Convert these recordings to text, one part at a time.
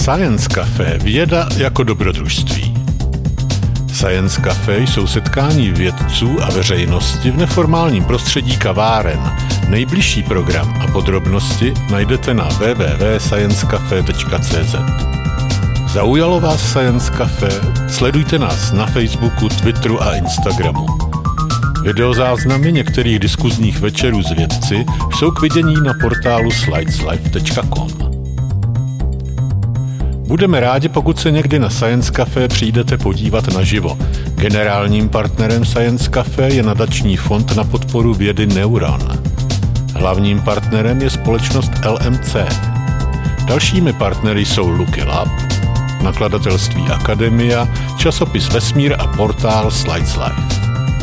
Science Café, věda jako dobrodružství. Science Café jsou setkání vědců a veřejnosti v neformálním prostředí kaváren. Nejbližší program a podrobnosti najdete na www.sciencecafe.cz. Zaujalo vás Science Café? Sledujte nás na Facebooku, Twitteru a Instagramu. Videozáznamy některých diskuzních večerů s vědci jsou k vidění na portálu slideslife.com. Budeme rádi, pokud se někdy na Science Café přijdete podívat naživo. Generálním partnerem Science Café je nadační fond na podporu vědy Neuron. Hlavním partnerem je společnost LMC. Dalšími partnery jsou Lucky Lab, nakladatelství Akademia, časopis Vesmír a portál Slides Life.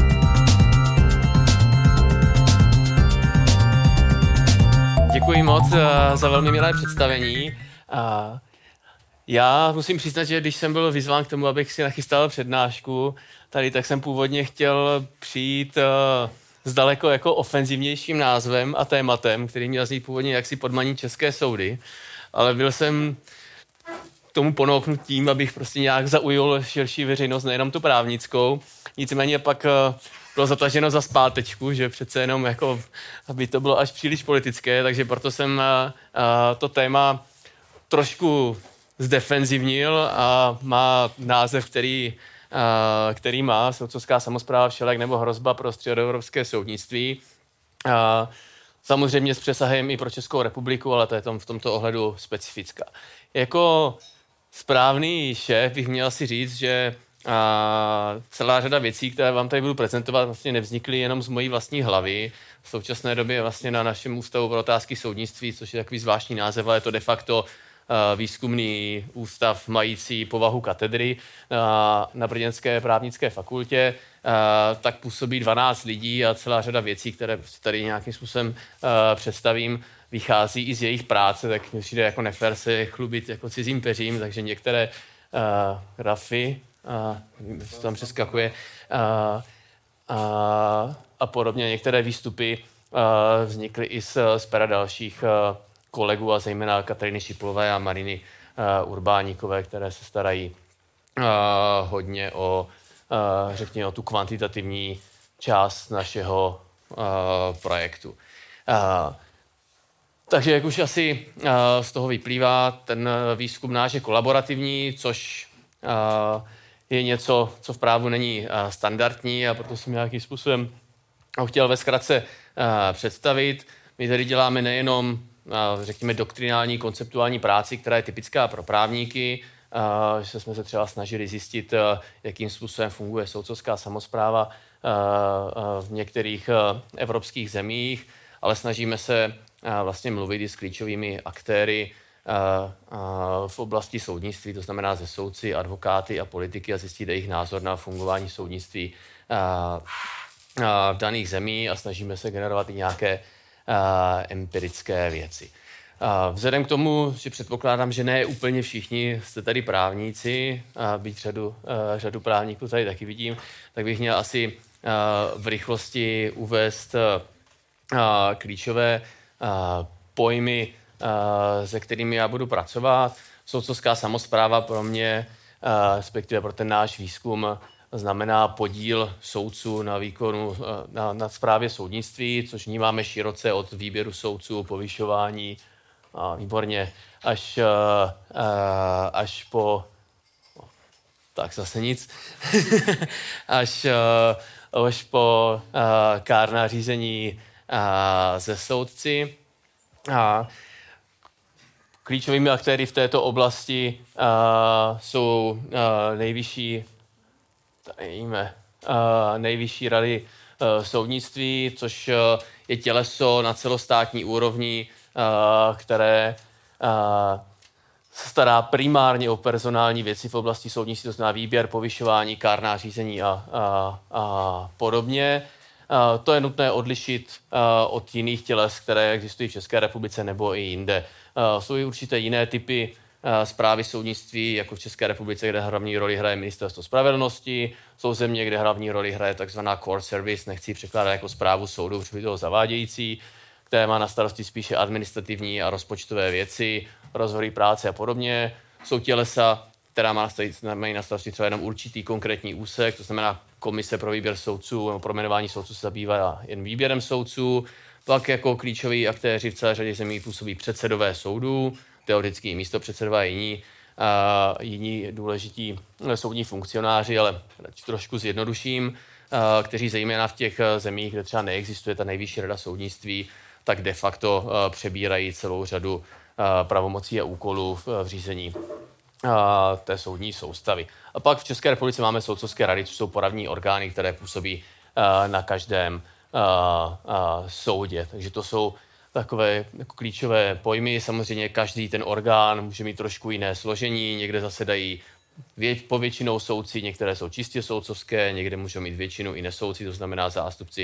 Děkuji moc za velmi milé představení. Já musím přiznat, že když jsem byl vyzván k tomu, abych si nachystal přednášku tady, tak jsem původně chtěl přijít s daleko jako ofenzivnějším názvem a tématem, který měl znít původně jaksi podmaní české soudy, ale byl jsem k tomu ponouknut tím, abych prostě nějak zaujal širší veřejnost, nejenom tu právnickou. Nicméně pak bylo zataženo za zpátečku, že přece jenom jako, aby to bylo až příliš politické, takže proto jsem to téma trošku zdefenzivnil a má název, který má soudcovská samospráva, všelek nebo hrozba pro středoevropské soudnictví. Samozřejmě s přesahem i pro Českou republiku, ale to je v tomto ohledu specifická. Jako správný šéf bych měl si říct, že celá řada věcí, které vám tady budu prezentovat, vlastně nevznikly jenom z mojí vlastní hlavy. V současné době vlastně na našem Ústavu pro otázky soudnictví, což je takový zvláštní název, ale je to de facto výzkumný ústav mající povahu katedry na Brněnské právnické fakultě, tak působí 12 lidí a celá řada věcí, které tady nějakým způsobem představím, vychází i z jejich práce, tak mi přijde jako nefér se chlubit jako cizím peřím, takže některé grafy, co tam přeskakuje, a podobně, některé výstupy vznikly i z pera dalších kolegů a zejména Kateřiny Šipulové a Mariny Urbáníkové, které se starají hodně o, řekněme, o tu kvantitativní část našeho projektu. Takže jak už asi z toho vyplývá, ten výzkum náš je kolaborativní, což je něco, co v právu není standardní a proto jsem nějakým způsobem ho chtěl ve zkratce představit. My tady děláme nejenom řekněme doktrinální, konceptuální práci, která je typická pro právníky, že jsme se třeba snažili zjistit, jakým způsobem funguje soudcovská samospráva v některých evropských zemích, ale snažíme se vlastně mluvit i s klíčovými aktéry v oblasti soudnictví, to znamená se soudci, advokáty a politiky a zjistit jejich názor na fungování soudnictví v daných zemí a snažíme se generovat i nějaké empirické věci. Vzhledem k tomu, že předpokládám, že ne úplně všichni jste tady právníci, byť řadu právníků tady taky vidím, tak bych měl asi v rychlosti uvést klíčové pojmy, se kterými já budu pracovat. Soudcovská samospráva pro mě, respektive pro ten náš výzkum, znamená podíl soudců na výkonu, na správě soudnictví, což vnímáme široce od výběru soudců, povyšování, výborně, až po, tak zase nic, až po kárná řízení ze soudci. Klíčovými aktéry v této oblasti jsou nejvyšší rady soudnictví, což je těleso na celostátní úrovni, které se stará primárně o personální věci v oblasti soudnictví, to znamená výběr, povyšování, kárná řízení a podobně. To je nutné odlišit od jiných těles, které existují v České republice nebo i jinde. Jsou i určité jiné typy správy soudnictví, jako v České republice, kde hlavní roli hraje Ministerstvo spravedlnosti. Jsou země, kde hlavní roli hraje takzvaná court service, nechci překládat jako správu soudu, protože by to zavádějící, které má na starosti spíše administrativní a rozpočtové věci, rozhovory práce a podobně. jsou tělesa, která mají na starosti třeba jenom určitý konkrétní úsek, to znamená komise pro výběr soudců nebo pro jmenování soudců se zabývá jen výběrem soudců. Pak jako klíčoví aktéři v celé řadě zemí působí předsedové soudů, teoreticky místopředsedové jiní důležití soudní funkcionáři, ale trošku zjednoduším, kteří zejména v těch zemích, kde třeba neexistuje ta nejvyšší rada soudnictví, tak de facto přebírají celou řadu pravomocí a úkolů v řízení té soudní soustavy. A pak v České republice máme soudcovské rady, což jsou poradní orgány, které působí na každém soudě. Takže to jsou takové jako klíčové pojmy. Samozřejmě každý ten orgán může mít trošku jiné složení. Někde zasedají povětšinou soudci, některé jsou čistě soudcovské, někde můžou mít většinu i nesoudci, to znamená zástupci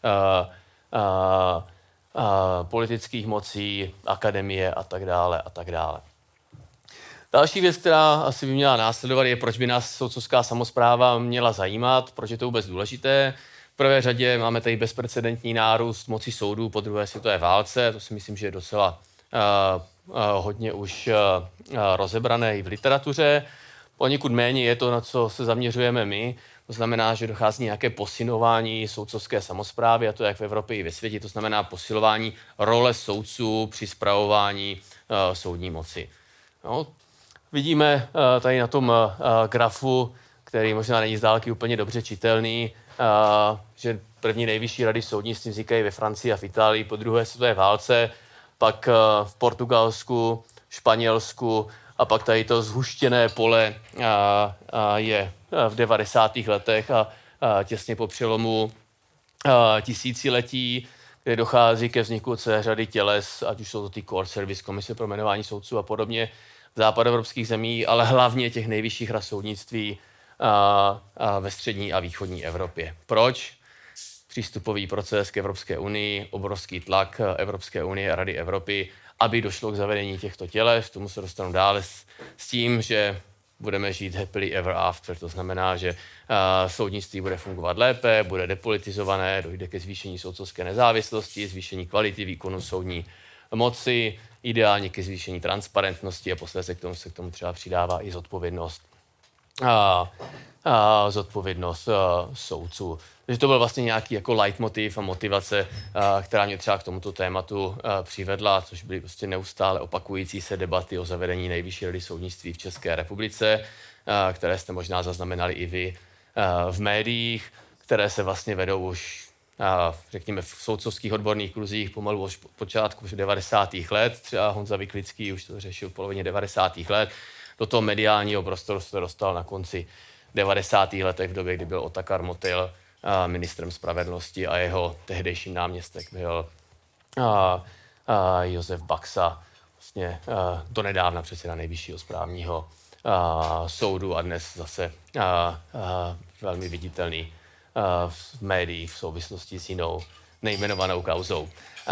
politických mocí, akademie a tak dále a tak dále. Další věc, která asi by měla následovat, je, proč by nás soudcovská samospráva měla zajímat, proč je to vůbec důležité. V prvé řadě máme tady bezprecedentní nárůst moci soudů po druhé světové válce, to si myslím, že je docela hodně už rozebrané i v literatuře. Poněkud méně je to, na co se zaměřujeme my. To znamená, že dochází nějaké posilování soudcovské samosprávy, a to jak v Evropě i ve světě, to znamená posilování role soudců při spravování soudní moci. No, vidíme tady na tom grafu, který možná není z dálky úplně dobře čitelný, že první nejvyšší rady soudnictví vznikají ve Francii a v Itálii po druhé světové válce, pak v Portugalsku, Španělsku a pak tady to zhuštěné pole je v 90. letech a těsně po přelomu tisíciletí, kde dochází ke vzniku celé řady těles, ať už jsou to ty Court Service, komise pro jmenování soudců a podobně v západoevropských zemí, ale hlavně těch nejvyšších rad soudnictví ve střední a východní Evropě. Proč? Přístupový proces k Evropské unii, obrovský tlak Evropské unie a Rady Evropy, aby došlo k zavedení těchto těles. K tomu se dostanu dále s tím, že budeme žít happily ever after. To znamená, že soudnictví bude fungovat lépe, bude depolitizované, dojde ke zvýšení soudcovské nezávislosti, zvýšení kvality výkonu soudní moci, ideálně ke zvýšení transparentnosti a posledně se k tomu třeba přidává i zodpovědnost soudců. Takže to byl vlastně nějaký jako leitmotiv a motivace, která mě třeba k tomuto tématu přivedla, což byly prostě neustále opakující se debaty o zavedení nejvyšší rady soudnictví v České republice, které jste možná zaznamenali i vy v médiích, které se vlastně vedou už řekněme v soudcovských odborných kruzích pomalu už počátku 90. let. Třeba Honza Vyklický už to řešil v polovině 90. let. Do toho mediálního prostoru se dostal na konci 90. letech v době, kdy byl Otakar Motejl ministrem spravedlnosti a jeho tehdejší náměstek byl Josef Baxa, vlastně donedávna předseda nejvyššího správního soudu a dnes zase velmi viditelný v médiích v souvislosti s jinou nejmenovanou kauzou.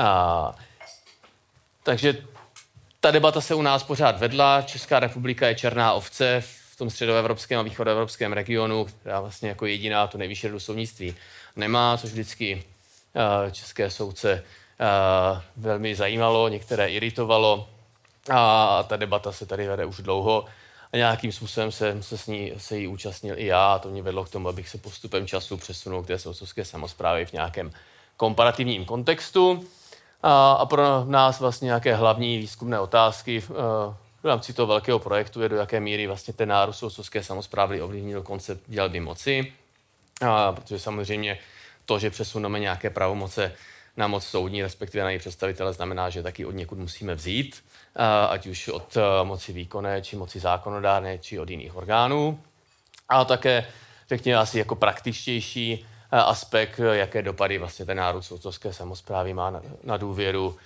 Takže ta debata se u nás pořád vedla. Česká republika je černá ovce v tom středoevropském a východoevropském regionu, která vlastně jako jediná tu nejvyšší radu soudnictví nemá, což vždycky české soudce velmi zajímalo, některé iritovalo a ta debata se tady vede už dlouho a nějakým způsobem se jí účastnil i já a to mě vedlo k tomu, abych se postupem času přesunul k té soudcovské samosprávě v nějakém komparativním kontextu. A pro nás vlastně nějaké hlavní výzkumné otázky v rámci toho velkého projektu je, do jaké míry vlastně ten nárůst soudcovské samosprávy ovlivnil koncept dělby moci, protože samozřejmě to, že přesuneme nějaké pravomoce na moc soudní, respektive na její představitele, znamená, že taky od někud musíme vzít, ať už od moci výkonné, či moci zákonodárné, či od jiných orgánů. A také, řekněme, asi jako praktičtější aspekt, jaké dopady vlastně ten nárůst soudcovské samosprávy má na důvěru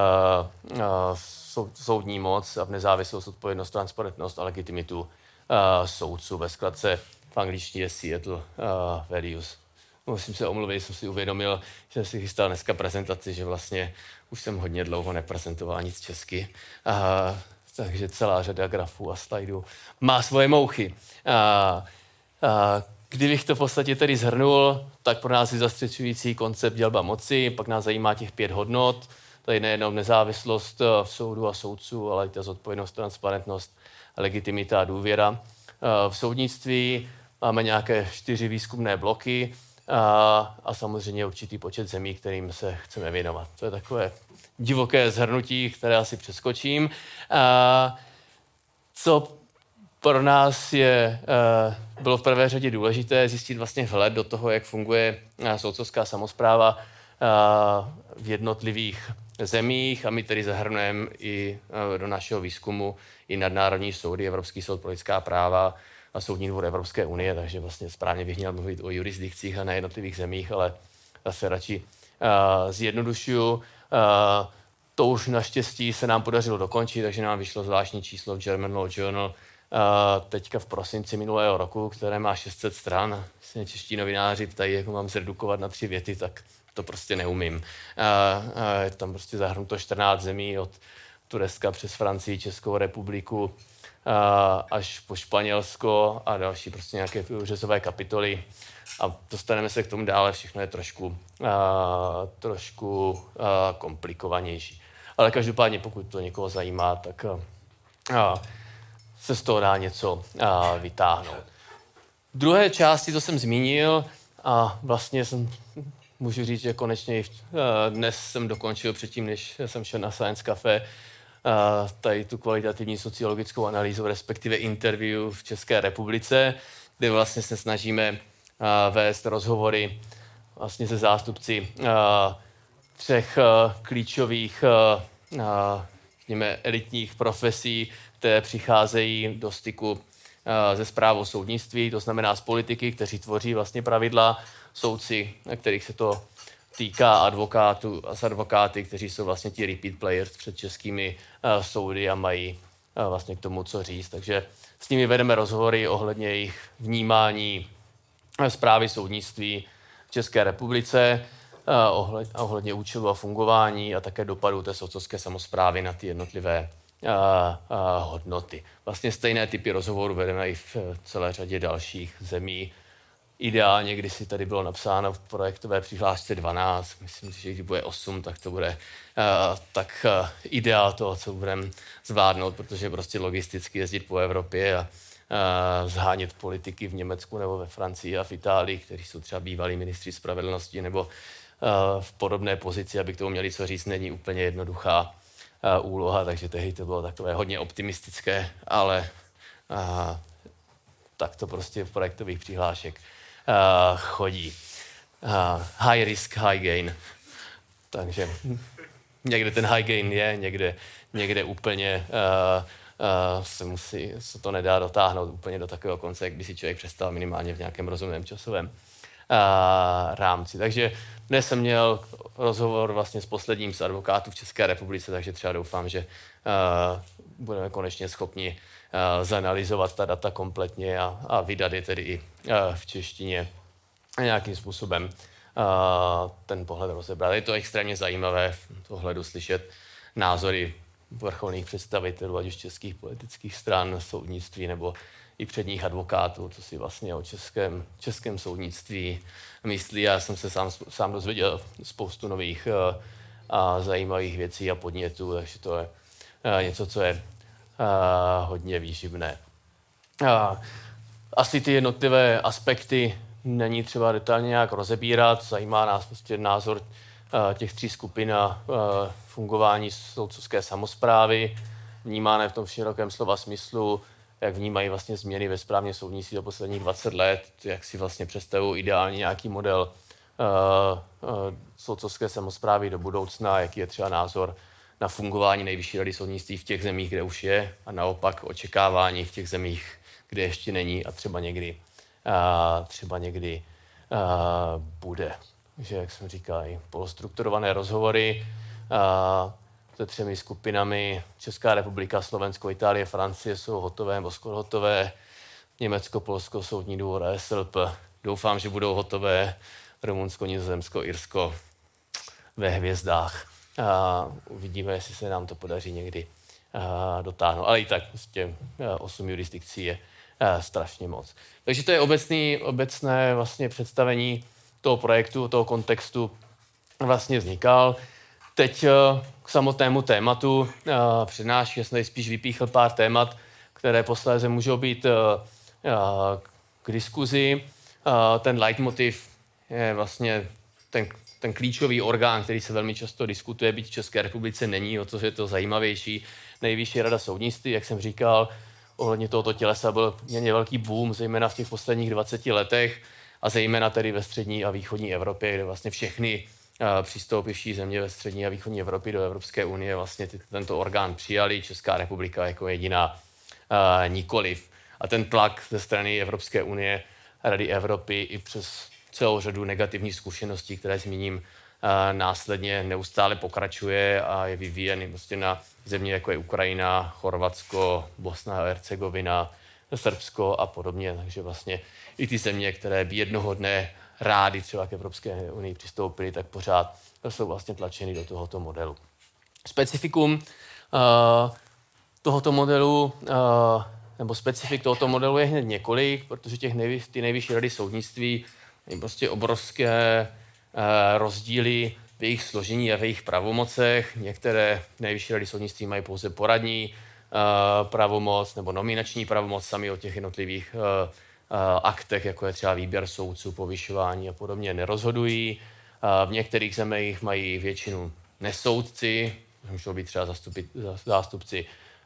soudní moc a v nezávislost, odpovědnost, transparentnost a legitimitu soudců. Ve zkratce v angličtině je Seattle values. Musím se omluvit, jsem si uvědomil, že jsem si chystal dneska prezentaci, že vlastně už jsem hodně dlouho neprezentoval nic česky. Takže celá řada grafů a slajdů má svoje mouchy. Kdybych to v podstatě tedy shrnul, tak pro nás je zastřešující koncept dělba moci, pak nás zajímá těch 5 hodnot, tady nejenom nezávislost v soudu a soudců, ale i ta zodpovědnost, transparentnost, legitimita a důvěra. V soudnictví máme nějaké 4 výzkumné bloky a samozřejmě určitý počet zemí, kterým se chceme věnovat. To je takové divoké shrnutí, které asi přeskočím. Co pro nás bylo v prvé řadě důležité zjistit vlastně vhled do toho, jak funguje soudcovská samospráva v jednotlivých zemích a my tedy zahrnujeme i do našeho výzkumu i nadnárodní soudy, Evropský soud pro lidská práva a Soudní dvůr Evropské unie, takže vlastně správně bych měl mluvit o jurisdikcích a na jednotlivých zemích, ale zase radši zjednodušuju. To už naštěstí se nám podařilo dokončit, takže nám vyšlo zvláštní číslo v German Law Journal teďka v prosinci minulého roku, které má 600 stran. Když se čeští novináři ptají, jak mám zredukovat na 3 věty, tak to prostě neumím. Je tam prostě zahrnuto 14 zemí od Turecka přes Francii, Českou republiku až po Španělsko a další prostě nějaké průřezové kapitoly. A dostaneme se k tomu dále, všechno je trošku komplikovanější. Ale každopádně, pokud to někoho zajímá, tak se z toho dá něco vytáhnout. V druhé části, to jsem zmínil, a vlastně můžu říct, že konečně dnes jsem dokončil předtím, než jsem šel na Science Café, tady tu kvalitativní sociologickou analýzu, respektive interview v České republice, kde vlastně se snažíme vést rozhovory vlastně se zástupci 3 klíčových elitních profesí, které přicházejí do styku se správou soudnictví, to znamená z politiky, kteří tvoří vlastně pravidla, soudci, kterých se to týká, advokáty, kteří jsou vlastně ti repeat players před českými soudy a mají vlastně k tomu co říct. Takže s nimi vedeme rozhovory ohledně jejich vnímání správy soudnictví v České republice, ohledně účelu a fungování a také dopadu té soudcovské samosprávy na ty jednotlivé hodnoty. Vlastně stejné typy rozhovorů vedeme i v celé řadě dalších zemí. Ideálně, když si tady bylo napsáno v projektové přihlášce 12, myslím si, že když bude 8, tak to bude ideál toho, co budeme zvládnout, protože prostě logisticky jezdit po Evropě a zhánět politiky v Německu nebo ve Francii a v Itálii, kteří jsou třeba bývalí ministři spravedlnosti nebo v podobné pozici, aby k tomu měli co říct, není úplně jednoduchá úloha, takže tehdy to bylo takové hodně optimistické, ale tak to prostě v projektových přihlášek chodí. High risk, high gain. Takže někde ten high gain je, někde úplně se to nedá dotáhnout úplně do takového konce, jak by si člověk představil minimálně v nějakém rozumném časovém rámci. Takže dnes jsem měl rozhovor vlastně s posledním z advokátů v České republice, takže třeba doufám, že budeme konečně schopni zanalyzovat ta data kompletně a vydat je tedy i v češtině a nějakým způsobem ten pohled rozebrat. Je to extrémně zajímavé v ohledu slyšet názory vrcholných představitelů, ať už českých politických stran, soudnictví nebo i předních advokátů, co si vlastně o českém soudnictví myslí. Já jsem se sám dozvěděl spoustu nových a zajímavých věcí a podnětů, takže to je něco, co je hodně výživné. Asi ty jednotlivé aspekty není třeba detailně nějak rozebírat. Zajímá nás prostě názor těch 3 skupin a fungování soudcovské samosprávy, vnímané v tom širokém slova smyslu, jak vnímají vlastně změny ve správě soudnictví za posledních 20 let, jak si vlastně představují ideálně nějaký model soudcovské samosprávy do budoucna, jaký je třeba názor na fungování Nejvyšší rady soudnictví v těch zemích, kde už je, a naopak očekávání v těch zemích, kde ještě není a třeba někdy bude. Takže, jak jsem říkal, i polostrukturované rozhovory se 3 skupinami. Česká republika, Slovensko, Itálie, Francie jsou hotové nebo skoro hotové. Německo, Polsko, Soudní dvůr a SLP. Doufám, že budou hotové. Rumunsko, Nizozemsko, Irsko ve hvězdách. Uvidíme, jestli se nám to podaří někdy dotáhnout. Ale i tak prostě 8 jurisdikcí je strašně moc. Takže to je obecné vlastně představení toho projektu, toho kontextu vlastně vznikal. Teď k samotnému tématu přednášky. Já jsem tady spíš vypíchl pár témat, které posléze můžou být k diskuzi. Ten leitmotiv je vlastně ten klíčový orgán, který se velmi často diskutuje, byť v České republice není, o to je to zajímavější. Nejvyšší rada soudnictví, jak jsem říkal, ohledně tohoto tělesa byl poměrně velký boom, zejména v těch posledních 20 letech a zejména tedy ve střední a východní Evropě, kde vlastně všechny přistoupivší země ve střední a východní Evropě do Evropské unie vlastně tento orgán přijali, Česká republika jako jediná nikoliv. A ten tlak ze strany Evropské unie, Rady Evropy i přes celou řadu negativních zkušeností, které zmíním následně, neustále pokračuje a je vyvíjen prostě na země, jako je Ukrajina, Chorvatsko, Bosna a Hercegovina, Srbsko a podobně. Takže vlastně i ty země, které by jednoho dne rády třeba k Evropské unii přistoupily, tak pořád jsou vlastně tlačeny do tohoto modelu. Specifikum tohoto modelu, nebo specifik tohoto modelu je hned několik, protože ty nejvyšší rady soudnictví je prostě obrovské rozdíly v jejich složení a v jejich pravomocech. Některé nejvyšší rady soudnictví mají pouze poradní pravomoc nebo nominační pravomoc sami o těch jednotlivých aktech, jako je třeba výběr soudců, povyšování a podobně, nerozhodují. V některých zemích mají většinu nesoudci, můžou být třeba zástupci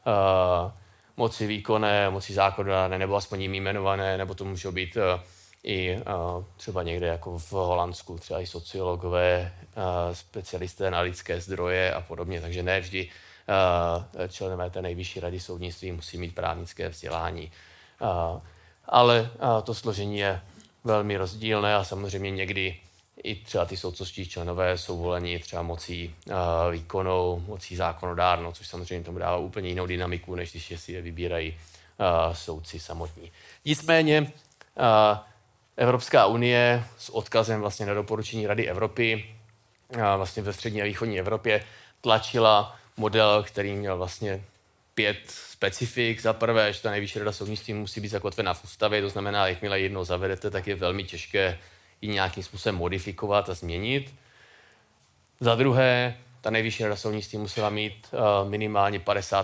moci výkonné, moci zákonodárné, nebo aspoň jim jmenované, nebo to můžou být i třeba někde jako v Holandsku, třeba i sociologové, specialisté na lidské zdroje a podobně. Takže ne vždy členové té nejvyšší rady soudnictví musí mít právnické vzdělání. Ale to složení je velmi rozdílné a samozřejmě někdy i třeba ty soudcovští členové jsou voleni třeba mocí výkonnou, mocí zákonodárnou, což samozřejmě tomu dává úplně jinou dynamiku, než když si je vybírají soudci samotní. Nicméně Evropská unie s odkazem vlastně na doporučení Rady Evropy vlastně ve střední a východní Evropě tlačila model, který měl vlastně 5 specifik. Za prvé, že ta nejvyšší rada soudnictví musí být zakotvena v ústavě, to znamená, jakmile jednou zavedete, tak je velmi těžké ji nějakým způsobem modifikovat a změnit. Za druhé, ta nejvyšší rada soudnictví musela mít minimálně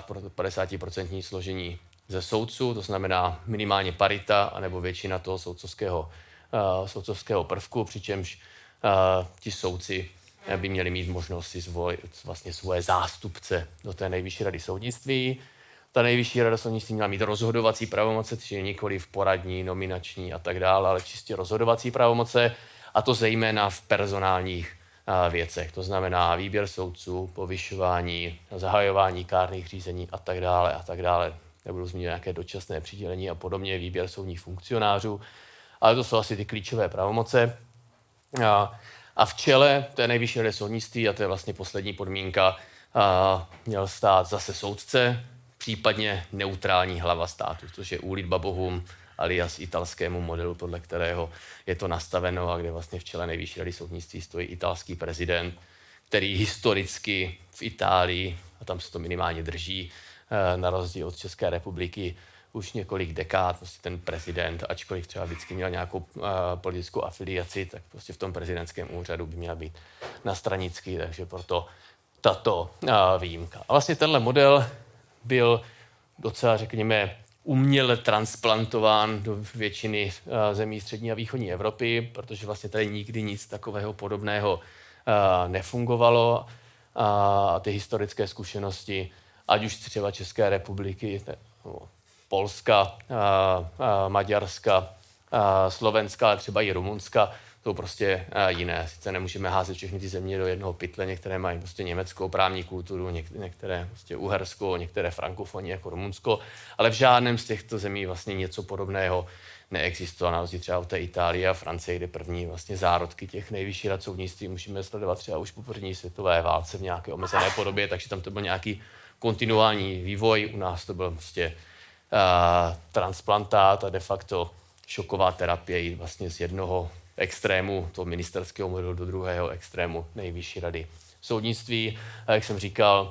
50% složení ze soudců, to znamená minimálně parita anebo většina toho soudcovského prvku, přičemž ti soudci by měli mít možnost si zvolit vlastně svoje zástupce do té nejvyšší rady soudnictví. Ta nejvyšší rada soudnictví měla mít rozhodovací pravomoce, čili nikoli v poradní, nominační a tak dále, ale čistě rozhodovací pravomoce, a to zejména v personálních věcech. To znamená výběr soudců, povyšování, zahajování kárných řízení a tak dále a tak dále. Nebudu zmínit nějaké dočasné přidělení a podobně, výběr soudních funkcionářů, ale to jsou asi ty klíčové pravomoce. A v čele té nejvyšší rady soudnictví, a to je vlastně poslední podmínka, měl stát zase soudce, případně neutrální hlava státu, což je úlitba bohům alias italskému modelu, podle kterého je to nastaveno a kde vlastně v čele nejvyšší rady soudnictví stojí italský prezident, který historicky v Itálii, a tam se to minimálně drží, na rozdíl od České republiky, už několik dekád, prostě ten prezident, ačkoliv třeba vždycky měl nějakou politickou afiliaci, tak prostě v tom prezidentském úřadu by měl být nastranický, takže proto tato výjimka. A vlastně tenhle model byl docela, řekněme, uměle transplantován do většiny zemí střední a východní Evropy, protože vlastně tady nikdy nic takového podobného nefungovalo a ty historické zkušenosti, ať už třeba České republiky, Polska, Maďarska, Slovenska, ale třeba i Rumunska, jsou prostě jiné. Sice nemůžeme házet všechny ty země do jednoho pytle, některé mají prostě německou právní kulturu, některé prostě uherskou, některé frankofonní jako Rumunsko, ale v žádném z těchto zemí vlastně něco podobného neexistuje. Na rozdíl třeba od té Itálie a Francie, kde první vlastně zárodky těch nejvyšších rad soudnictví můžeme sledovat třeba už po první světové válce v nějaké omezené podobě, takže tam to byl nějaký kontinuální vývoj. U nás to byl prostě transplantát a de facto šoková terapie vlastně z jednoho extrému toho ministerského modelu do druhého extrému nejvyšší rady soudnictví. A jak jsem říkal,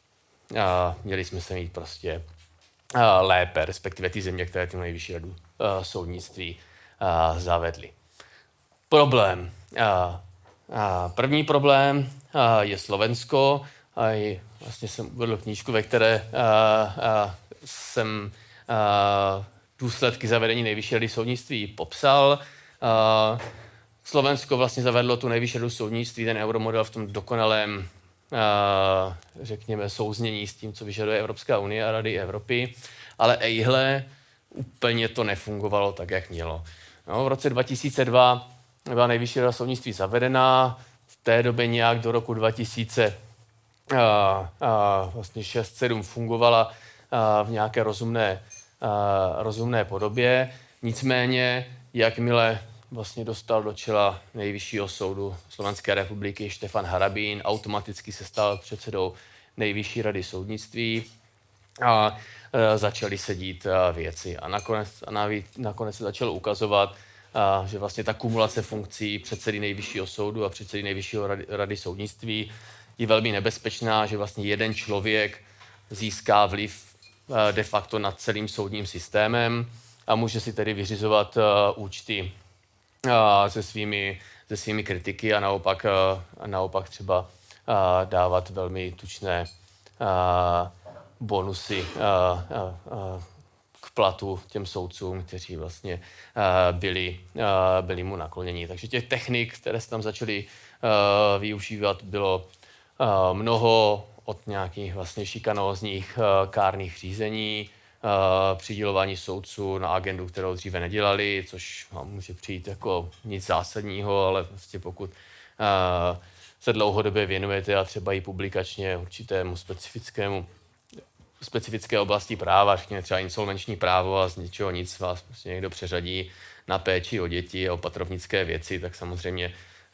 měli jsme se mít prostě lépe, respektive ty země, které tu nejvyšší radu soudnictví zavedly. Problém První problém je Slovensko. Vlastně jsem uvedl knížku, ve které jsem důsledky zavedení Nejvyšší rady soudnictví popsal. Slovensko vlastně zavedlo tu Nejvyšší radu soudnictví, ten euromodel v tom dokonalém, řekněme, souznění s tím, co vyžaduje Evropská unie a Rady Evropy, ale ejhle, úplně to nefungovalo tak, jak mělo. No, v roce 2002 byla Nejvyšší rada soudnictví zavedená, v té době nějak do roku 2006-2007 fungovala v nějaké rozumné podobě. Nicméně, jakmile vlastně dostal do čela Nejvyššího soudu Slovenské republiky Štefan Harabín, automaticky se stal předsedou Nejvyšší rady soudnictví a začaly se dít věci. A nakonec se začalo ukazovat, že vlastně ta kumulace funkcí předsedy Nejvyššího soudu a předsedy Nejvyššího rady soudnictví je velmi nebezpečná, že vlastně jeden člověk získá vliv de facto nad celým soudním systémem a může si tedy vyřizovat účty se svými kritiky a naopak třeba dávat velmi tučné bonusy k platu těm soudcům, kteří vlastně byli mu nakloněni. Takže těch technik, které se tam začaly využívat, bylo mnoho, od nějakých vlastně šikanózních kárných řízení, přidělování soudců na agendu, kterou dříve nedělali, což vám může přijít jako nic zásadního, ale vlastně pokud se dlouhodobě věnujete a třeba i publikačně určitému specifické oblasti práva, řekněme třeba insolvenční právo a z ničeho nic vás prostě někdo přeřadí na péči o děti a opatrovnické věci, tak samozřejmě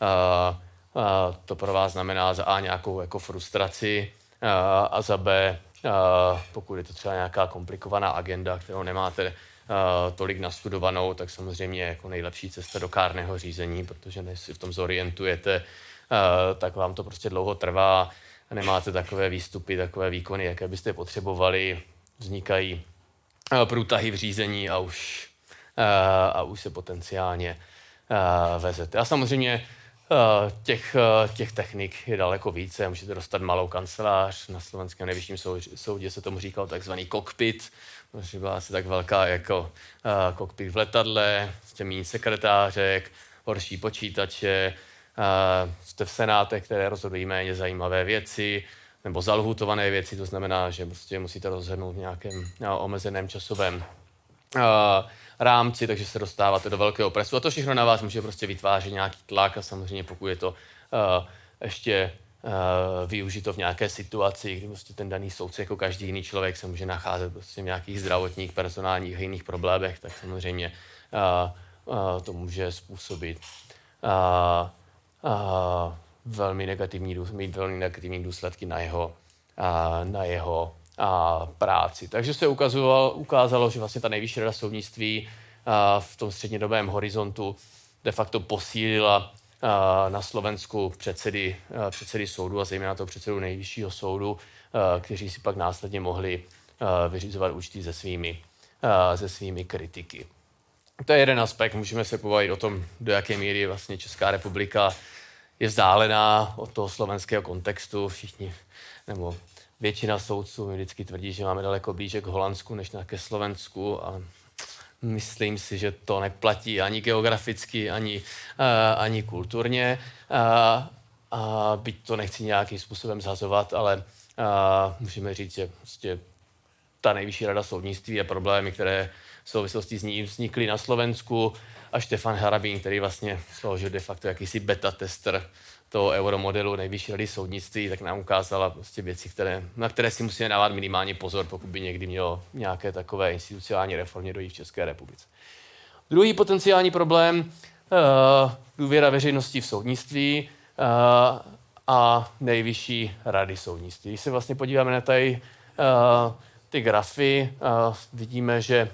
to pro vás znamená za A nějakou jako frustraci a za B, pokud je to třeba nějaká komplikovaná agenda, kterou nemáte tolik nastudovanou, tak samozřejmě jako nejlepší cesta do kárného řízení, protože než si v tom zorientujete, tak vám to prostě dlouho trvá a nemáte takové výstupy, takové výkony, jaké byste potřebovali. Vznikají průtahy v řízení a už se potenciálně vezete. A samozřejmě těch technik je daleko více. Můžete dostat malou kancelář. Na Slovenském nejvyšším soudě se tomu říkal takzvaný kokpit. Že byla asi tak velká jako kokpit v letadle, méně sekretářek, horší počítače. Jste v senátech, které rozhodují méně zajímavé věci, nebo zalhutované věci, to znamená, že prostě musíte rozhodnout v nějakém omezeném časovém rámci, takže se dostáváte do velkého presu a to všechno na vás může prostě vytvářet nějaký tlak a samozřejmě pokud je to ještě využito v nějaké situaci, kdy prostě ten daný soudce jako každý jiný člověk se může nacházet prostě v nějakých zdravotních, personálních a jiných problémech, tak samozřejmě to může způsobit velmi negativní důsledky na jeho práci. Takže se ukázalo, že vlastně ta Nejvyšší rada soudnictví v tom střednědobém horizontu de facto posílila na Slovensku předsedy soudu a zejména toho předsedu Nejvyššího soudu, kteří si pak následně mohli vyřizovat účty se svými kritiky. To je jeden aspekt, můžeme se pobavit o tom, do jaké míry vlastně Česká republika je vzdálená od toho slovenského kontextu. Všichni, nebo většina soudců mi vždycky tvrdí, že máme daleko blíže k Holandsku než ke Slovensku a myslím si, že to neplatí ani geograficky, ani kulturně. Byť to nechci nějakým způsobem zhazovat, ale můžeme říct, že prostě ta Nejvyšší rada soudnictví a problémy, které v souvislosti s ní vznikly na Slovensku a Štefan Harabín, který vlastně složil de facto jakýsi beta tester toho euromodelu Nejvyšší rady soudnictví, tak nám ukázala prostě věci, na které si musíme dávat minimálně pozor, pokud by někdy mělo nějaké takové institucionální reformě dojít v České republice. Druhý potenciální problém, důvěra veřejnosti v soudnictví a Nejvyšší rady soudnictví. Když se vlastně podíváme na tady ty grafy, vidíme, že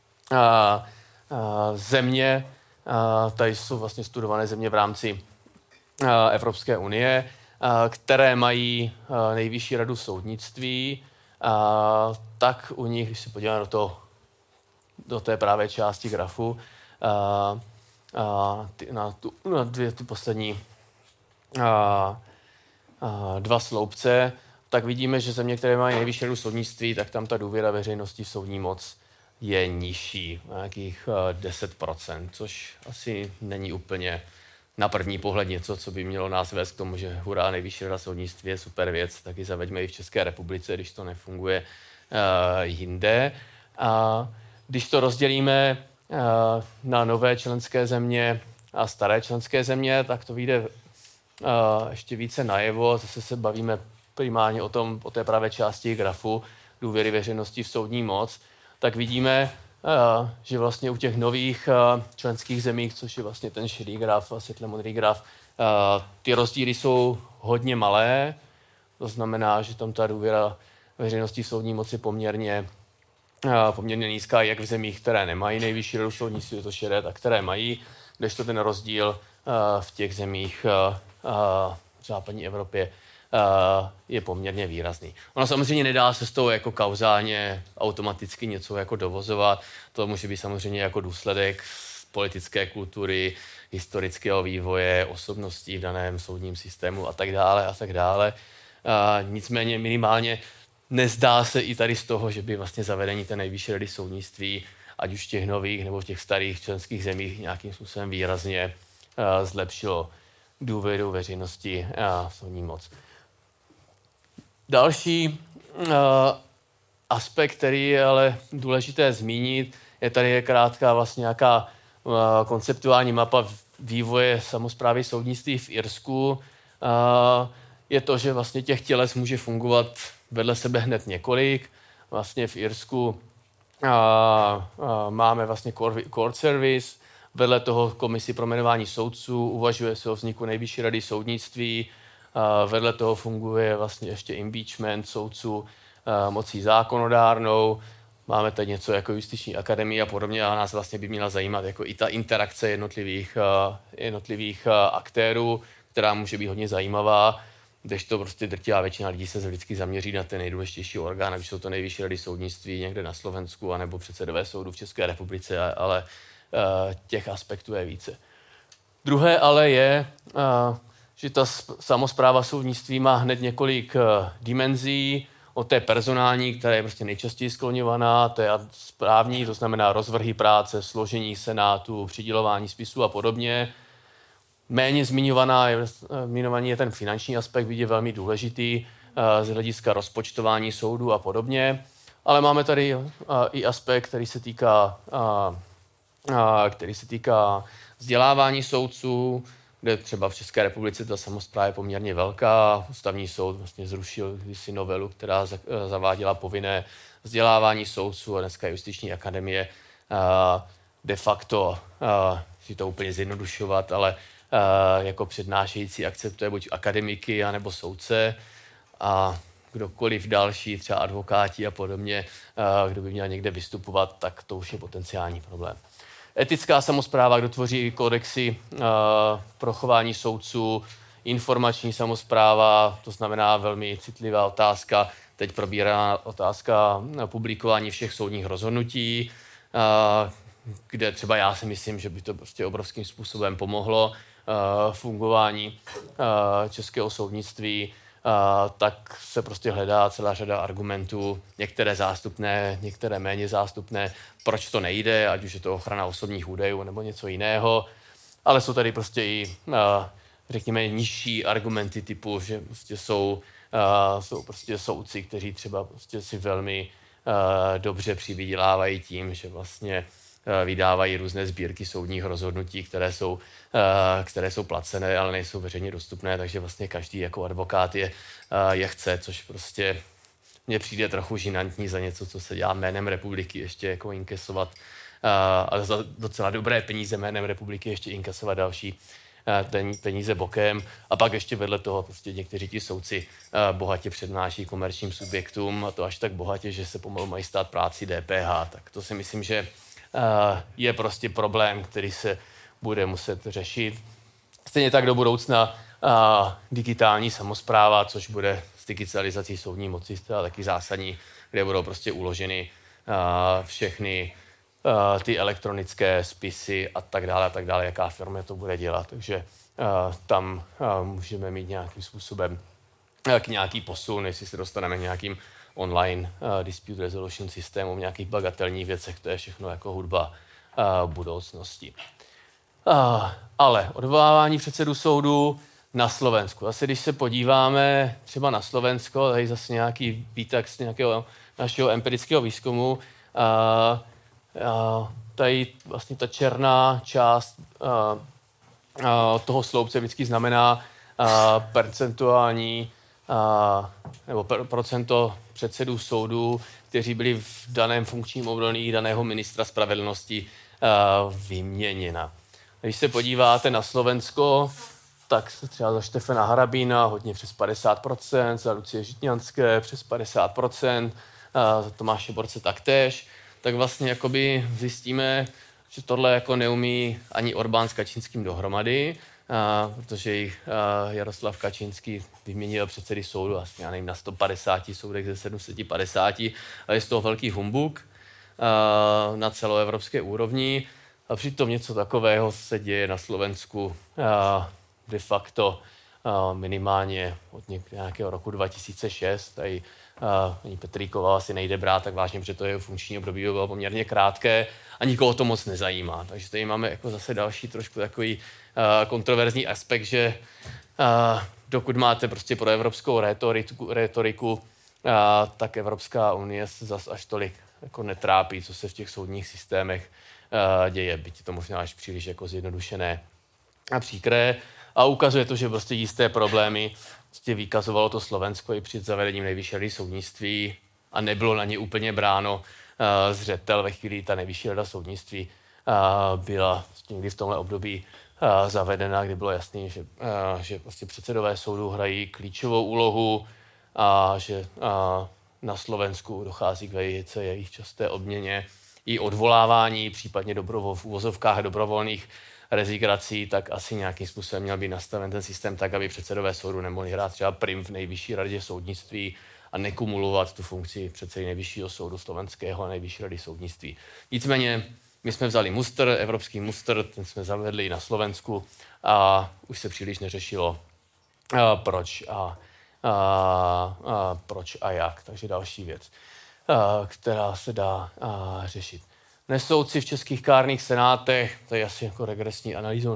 země, tady jsou vlastně studované země v rámci Evropské unie, které mají Nejvyšší radu soudnictví, tak u nich, když se podíváme do té pravé části grafu, na ty poslední dva sloupce, tak vidíme, že země, které mají nejvyšší radu soudnictví, tak tam ta důvěra veřejnosti v soudní moc je nižší, nějakých 10%, což asi není úplně na první pohled něco, co by mělo nás vést k tomu, že hurá, nejvyšší rada soudnictví je super věc, taky zaveďme i v České republice, když to nefunguje jinde. A když to rozdělíme na nové členské země a staré členské země, tak to vyjde ještě více najevo. Zase se bavíme primárně o té pravé části grafu důvěry veřejnosti v soudní moc. Tak vidíme, že vlastně u těch nových členských zemí, což je vlastně ten šedý graf a světle modrý graf, ty rozdíly jsou hodně malé. To znamená, že tam ta důvěra veřejnosti v soudní moci poměrně nízká, jak v zemích, které nemají nejvyšší radu soudnictví, je to šedé, tak které mají, kdežto ten rozdíl v těch zemích v západní Evropě je poměrně výrazný. Ono samozřejmě nedá se z toho jako kauzálně automaticky něco jako dovozovat. To může být samozřejmě jako důsledek politické kultury, historického vývoje, osobností v daném soudním systému a tak dále a tak dále. Nicméně minimálně nezdá se i tady z toho, že by vlastně zavedení té nejvyšší rady soudnictví, ať už v těch nových nebo v těch starých členských zemích, nějakým způsobem výrazně zlepšilo důvěru veřejnosti v soudní moc. Další aspekt, který je ale důležité zmínit, je tady krátká vlastně nějaká konceptuální mapa vývoje samosprávy soudnictví v Irsku. Je to, že vlastně těch těles může fungovat vedle sebe hned několik. Vlastně v Irsku máme vlastně court service, vedle toho komisi pro jmenování soudců, uvažuje se o vzniku nejvyšší rady soudnictví, vedle toho funguje vlastně ještě impeachment soudců mocí zákonodárnou. Máme tady něco jako justiční akademii a podobně a nás vlastně by měla zajímat jako i ta interakce jednotlivých aktérů, která může být hodně zajímavá, kdežto prostě drtivá většina lidí se vždycky zaměří na ten nejdůležitější orgán, ať jsou to nejvyšší rady soudnictví někde na Slovensku anebo předsedové soudu v České republice, ale těch aspektů je více. Druhé ale je, že ta samospráva soudnictví má hned několik dimenzí, od té personální, která je prostě nejčastěji skloňovaná, té správní, to znamená rozvrhy práce, složení senátu, přidělování spisů a podobně. Méně zmiňovaný je ten finanční aspekt, je velmi důležitý z hlediska rozpočtování soudu a podobně. Ale máme tady i aspekt, který se týká vzdělávání soudců, kde třeba v České republice ta samospráva je poměrně velká. Ústavní soud vlastně zrušil si novelu, která zaváděla povinné vzdělávání soudců a dneska justiční akademie de facto, si to úplně zjednodušovat, ale jako přednášející akceptuje buď akademiky, anebo soudce a kdokoliv další, třeba advokáti a podobně, kdo by měl někde vystupovat, tak to už je potenciální problém. Etická samospráva, kdo tvoří kodexy pro chování soudců, informační samospráva, to znamená velmi citlivá otázka, teď probírá otázka publikování všech soudních rozhodnutí, kde třeba já si myslím, že by to prostě obrovským způsobem pomohlo fungování českého soudnictví, tak se prostě hledá celá řada argumentů, některé zástupné, některé méně zástupné, proč to nejde, ať už je to ochrana osobních údajů nebo něco jiného, ale jsou tady prostě i, řekněme, nižší argumenty typu, že prostě jsou prostě soudci, kteří třeba prostě si velmi dobře přivydělávají tím, že vlastně vydávají různé sbírky soudních rozhodnutí, které jsou placené, ale nejsou veřejně dostupné, takže vlastně každý jako advokát je chce, což prostě mně přijde trochu žinantní za něco, co se dělá jménem republiky, ještě jako inkasovat, ale za docela dobré peníze jménem republiky ještě inkasovat další peníze bokem a pak ještě vedle toho prostě někteří ti soudci bohatě přednáší komerčním subjektům a to až tak bohatě, že se pomalu mají stát práci DPH, tak to si myslím, že je prostě problém, který se bude muset řešit. Stejně tak do budoucna digitální samospráva, což bude s digitalizací soudní moci taky zásadní, kde budou prostě uloženy všechny ty elektronické spisy a tak dále, jaká firma to bude dělat. Takže tam můžeme mít nějakým způsobem k nějaký posun, jestli se dostaneme k nějakým online dispute resolution systémům, nějakých bagatelních věcech, to je všechno jako hudba budoucnosti. Ale odvolávání předsedů soudu na Slovensku. Zase když se podíváme třeba na Slovensko, tady zase nějaký výtak z nějakého našeho empirického výzkumu, tady vlastně ta černá část toho sloupce vždycky znamená percentuální nebo procento předsedů soudů, kteří byli v daném funkčním období daného ministra spravedlnosti vyměněna. Když se podíváte na Slovensko, tak třeba za Štefana Harabína hodně přes 50%, za Lucie Žitňanské přes 50%, za Tomáše Borce taktéž, tak vlastně jakoby zjistíme, že tohle jako neumí ani Orbán s Kačínským dohromady, protože jich Jaroslav Kačínský vyměnil předsedy soudu asi, já nevím, na 150 soudech ze 750, ale je z toho velký humbuk na celoevropské úrovni. A přitom něco takového se děje na Slovensku de facto minimálně od nějakého roku 2006. Tady paní Petríková asi nejde brát tak vážně, protože to jeho funkční období bylo poměrně krátké a nikoho to moc nezajímá. Takže tady máme jako zase další trošku takový kontroverzní aspekt, že dokud máte prostě pro evropskou retoriku, tak Evropská unie se zas až tolik jako netrápí, co se v těch soudních systémech děje. Byť je to možná až příliš jako zjednodušené a příkré. A ukazuje to, že prostě jisté problémy prostě vykazovalo to Slovensko i před zavedením nejvyšší rady soudnictví a nebylo na ně úplně bráno zřetel ve chvíli, ta nejvyšší rada soudnictví byla někdy v tomhle období zavedena, kdy bylo jasné, že prostě předsedové soudů hrají klíčovou úlohu a že na Slovensku dochází k velice jejich časté obměně i odvolávání, případně v uvozovkách dobrovolných rezignací, tak asi nějakým způsobem měl být nastaven ten systém tak, aby předsedové soudu nemohli hrát třeba prim v nejvyšší radě soudnictví a nekumulovat tu funkci předsedy nejvyššího soudu slovenského a nejvyšší rady soudnictví. Nicméně my jsme vzali mustr, evropský mustr, ten jsme zavedli na Slovensku a už se příliš neřešilo proč a jak. Takže další věc, která se dá řešit. Nesoudci v českých kárných senátech, to je asi jako regresní analýzu,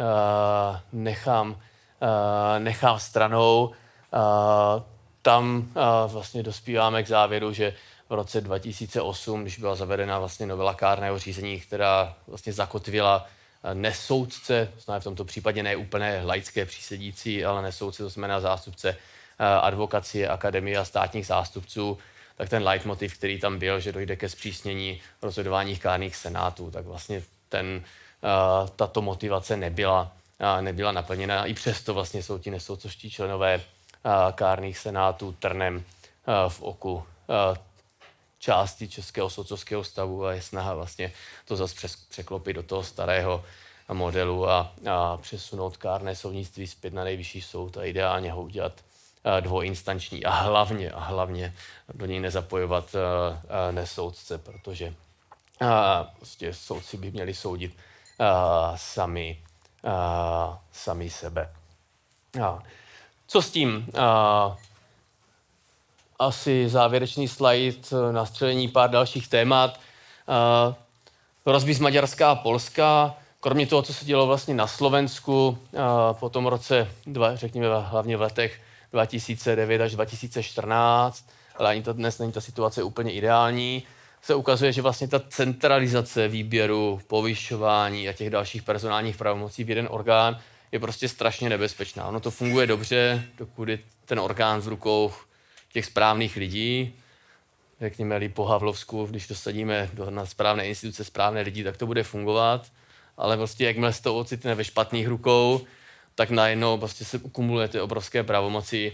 nechám stranou. Tam vlastně dospíváme k závěru, že v roce 2008, když byla zavedena vlastně novela kárného řízení, která vlastně zakotvila nesoudce, to znamená v tomto případě ne úplné laické přísedící, ale nesoudce, to znamená zástupce advokacie, akademie a státních zástupců, tak ten leitmotiv, který tam byl, že dojde ke zpřísnění rozhodování kárných senátů, tak vlastně tato motivace nebyla naplněna. I přesto vlastně jsou ti nesoudcovští členové kárných senátů trnem v oku části českého soudcovského stavu a je snaha vlastně to zase překlopit do toho starého modelu a přesunout kárné soudnictví zpět na nejvyšší soud a ideálně ho udělat dvojinstanční a hlavně do něj nezapojovat nesoudce, protože prostě soudci by měli soudit sami sebe. Co s tím? Asi závěrečný slide, nastřelení pár dalších témat. Rozbíz Maďarska a Polska. Kromě toho, co se dělo vlastně na Slovensku po tom roce, řekněme hlavně v letech 2009 až 2014, ale ani to dnes není ta situace úplně ideální, se ukazuje, že vlastně ta centralizace výběru, povyšování a těch dalších personálních pravomocí v jeden orgán je prostě strašně nebezpečná. Ono to funguje dobře, dokud je ten orgán v rukou těch správných lidí, řekněme po Havlovsku, když dosadíme na správné instituce správné lidi, tak to bude fungovat, ale prostě jakmile se to ocitne ve špatných rukou, tak najednou prostě se ukumuluje ty obrovské pravomoci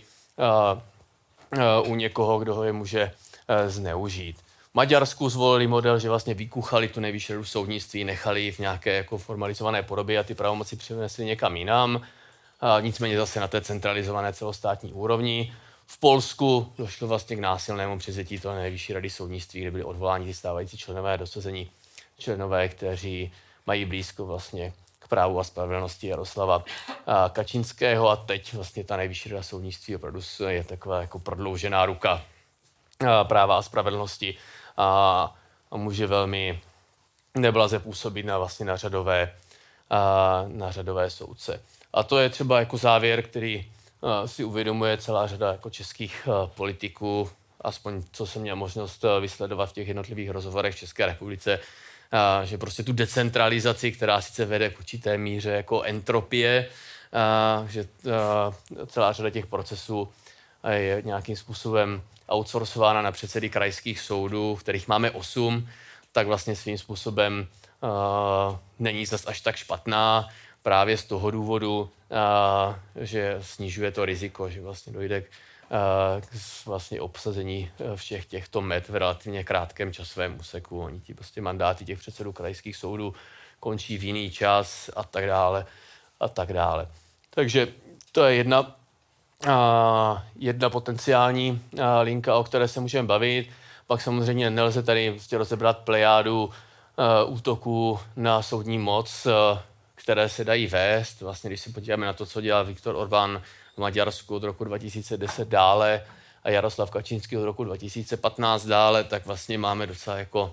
u někoho, kdo ho je může zneužít. V Maďarsku zvolili model, že vlastně vykuchali tu nejvyšší radu soudnictví, nechali ji v nějaké jako formalizované podobě a ty pravomoci přenesli někam jinam. Nicméně zase na té centralizované celostátní úrovni. V Polsku došlo vlastně k násilnému převzetí toho nejvyšší rady soudnictví, kde byli odvoláni ty stávající členové a dosazení členové, kteří mají blízko vlastně k právu a spravedlnosti Jaroslava Kačinského a teď vlastně ta nejvyšší rada soudnictví opravdu je taková jako prodloužená ruka práva a spravedlnosti a může velmi neblaze působit na řadové soudce. A to je třeba jako závěr, který si uvědomuje celá řada jako českých politiků, aspoň co jsem měl možnost vysledovat v těch jednotlivých rozhovorech v České republice, že prostě tu decentralizaci, která sice vede k určité míře jako entropie, že celá řada těch procesů je nějakým způsobem outsourcována na předsedy krajských soudů, kterých máme 8, tak vlastně svým způsobem není zas až tak špatná právě z toho důvodu, že snižuje to riziko, že vlastně dojde k vlastně obsazení všech těchto met v relativně krátkém časovém úseku. Oni ti prostě mandáty těch předsedů krajských soudů končí v jiný čas a tak dále a tak dále. Takže to je jedna potenciální linka, o které se můžeme bavit. Pak samozřejmě nelze tady prostě rozebrat plejádu útoků na soudní moc, které se dají vést. Vlastně, když si podíváme na to, co dělal Viktor Orbán v Maďarsku od roku 2010 dále a Jaroslav Kačinský od roku 2015 dále, tak vlastně máme docela jako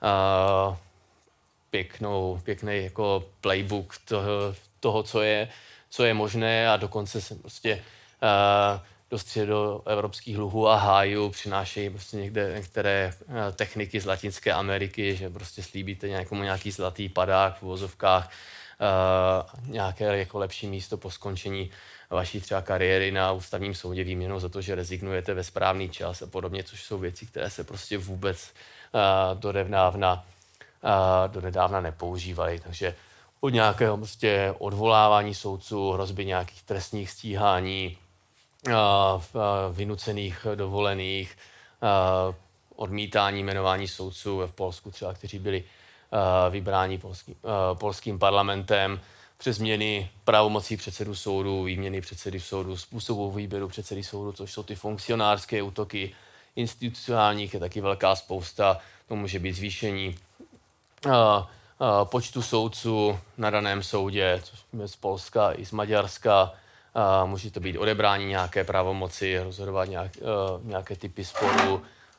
pěkný jako playbook toho, co je možné a dokonce se prostě do středoevropských luhů a hájů přinášejí prostě některé techniky z Latinské Ameriky, že prostě slíbíte nějaký zlatý padák v uvozovkách, nějaké jako lepší místo po skončení vaší třeba kariéry na ústavním soudě výměnou za to, že rezignujete ve správný čas a podobně, což jsou věci, které se prostě vůbec donedávna nepoužívaly. Takže od nějakého prostě odvolávání soudců, hrozby nějakých trestních stíhání, vynucených dovolených, odmítání jmenování soudců v Polsku třeba, kteří byli vybráni polským parlamentem, přes změny pravomocí předsedů soudu, výměny předsedy soudu, způsobu výběru předsedy soudu, což jsou ty funkcionářské útoky, institucionálních je taky velká spousta, to může být zvýšení počtu soudců na daném soudě, což je z Polska i z Maďarska, může to být odebrání nějaké pravomoci, rozhodovat nějaké typy sporů,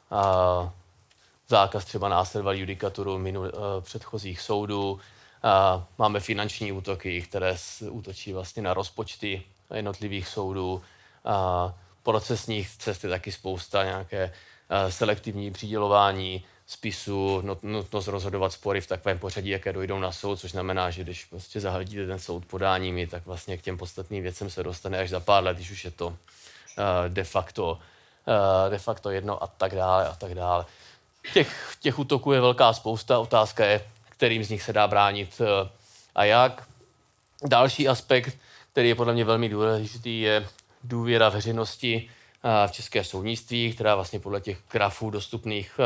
zákaz třeba následovat judikaturu předchozích soudů. Máme finanční útoky, které útočí vlastně na rozpočty jednotlivých soudů. Procesních cest je taky spousta, nějaké selektivní přidělování spisů, nutnost rozhodovat spory v takovém pořadí, jaké dojdou na soud, což znamená, že když prostě zahlídíte ten soud podáními, tak vlastně k těm podstatným věcem se dostane až za pár let, když už je to de facto jedno a tak dále a tak dále. Těch útoků je velká spousta, otázka je, kterým z nich se dá bránit a jak. Další aspekt, který je podle mě velmi důležitý, je důvěra veřejnosti v české soudnictví, která vlastně podle těch grafů dostupných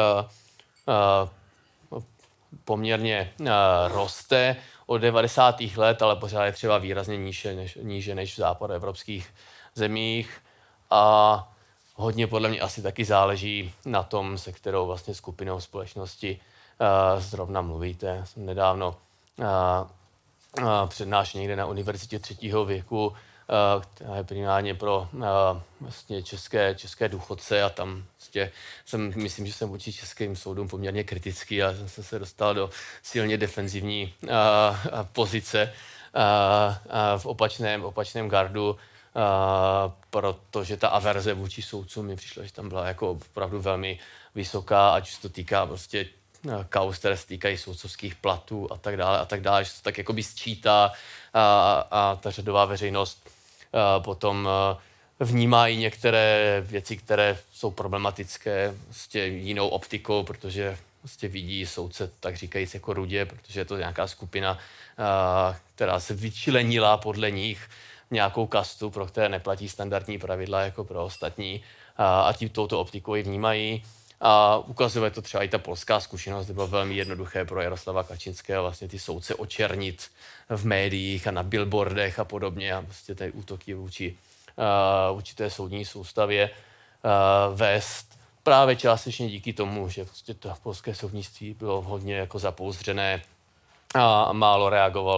poměrně roste od 90. let, ale pořád je třeba výrazně níže než v západoevropských zemích a hodně podle mě asi taky záleží na tom, se kterou vlastně skupinou společnosti zrovna mluvíte. Jsem nedávno přednášel někde na univerzitě 3. věku, která je primárně pro vlastně české důchodce a tam vlastně myslím, že jsem vůči českým soudům poměrně kritický a jsem se dostal do silně defenzivní pozice v opačném gardu, protože ta averze vůči soudcům mi přišla, že tam byla jako opravdu velmi vysoká, ať se to týká prostě kauz, které se týkají soudcovských platů a tak dále, že se to tak jakoby sčítá a ta řadová veřejnost potom vnímá i některé věci, které jsou problematické vlastně jinou optikou, protože vlastně vidí soudce tak říkajíc jako rudě, protože je to nějaká skupina, která se vyčlenila podle nich nějakou kastu, pro které neplatí standardní pravidla jako pro ostatní a tím touto optikou ji vnímají. A ukazuje to třeba i ta polská zkušenost, kde bylo velmi jednoduché pro Jaroslava Kačinského vlastně ty soudce očernit v médiích a na billboardech a podobně a vlastně ty útoky vůči té soudní soustavě vést právě částečně díky tomu, že vlastně to polské soudnictví bylo hodně jako zapouzdřené a málo reagovalo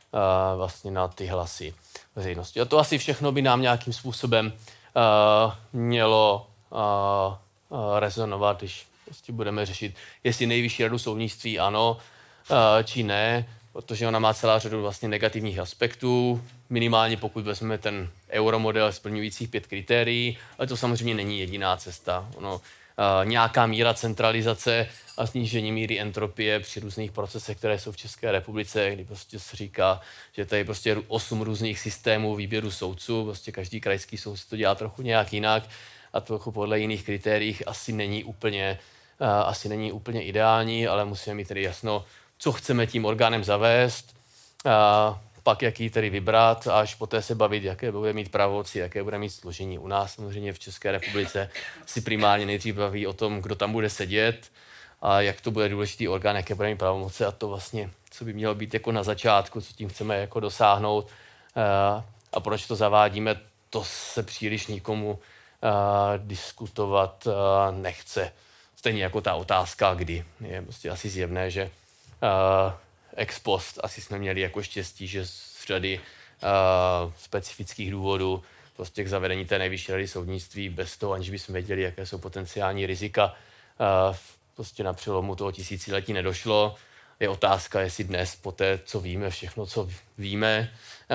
vlastně na ty hlasy veřejnosti. A to asi všechno by nám nějakým způsobem mělo rezonovat, když prostě budeme řešit, jestli Nejvyšší radu soudnictví ano, či ne, protože ona má celá řadu vlastně negativních aspektů, minimálně pokud vezmeme ten euromodel splňujících 5 kritérií, ale to samozřejmě není jediná cesta. Nějaká míra centralizace a snížení míry entropie při různých procesech, které jsou v České republice, kdy prostě se říká, že tady prostě 8 různých systémů výběru soudců, prostě každý krajský soud to dělá trochu nějak jinak a trochu podle jiných kritérií asi není úplně ideální, ale musíme mít tedy jasno, co chceme tím orgánem zavést, pak jaký tedy vybrat a až poté se bavit, jaké bude mít pravomoci, jaké bude mít složení. U nás samozřejmě v České republice si primárně nejdřív baví o tom, kdo tam bude sedět a jak to bude důležitý orgán, jaké bude mít pravomoci a to vlastně, co by mělo být jako na začátku, co tím chceme jako dosáhnout a proč to zavádíme, to se příliš nikomu diskutovat nechce. Stejně jako ta otázka, kdy. Je prostě asi zjevné, že ex post asi jsme měli jako štěstí, že z řady specifických důvodů prostě k zavedení té Nejvyšší rady soudnictví bez toho, aniž bychom věděli, jaké jsou potenciální rizika, prostě na přelomu toho tisíciletí nedošlo. Je otázka, jestli dnes po té, co víme, všechno, co víme,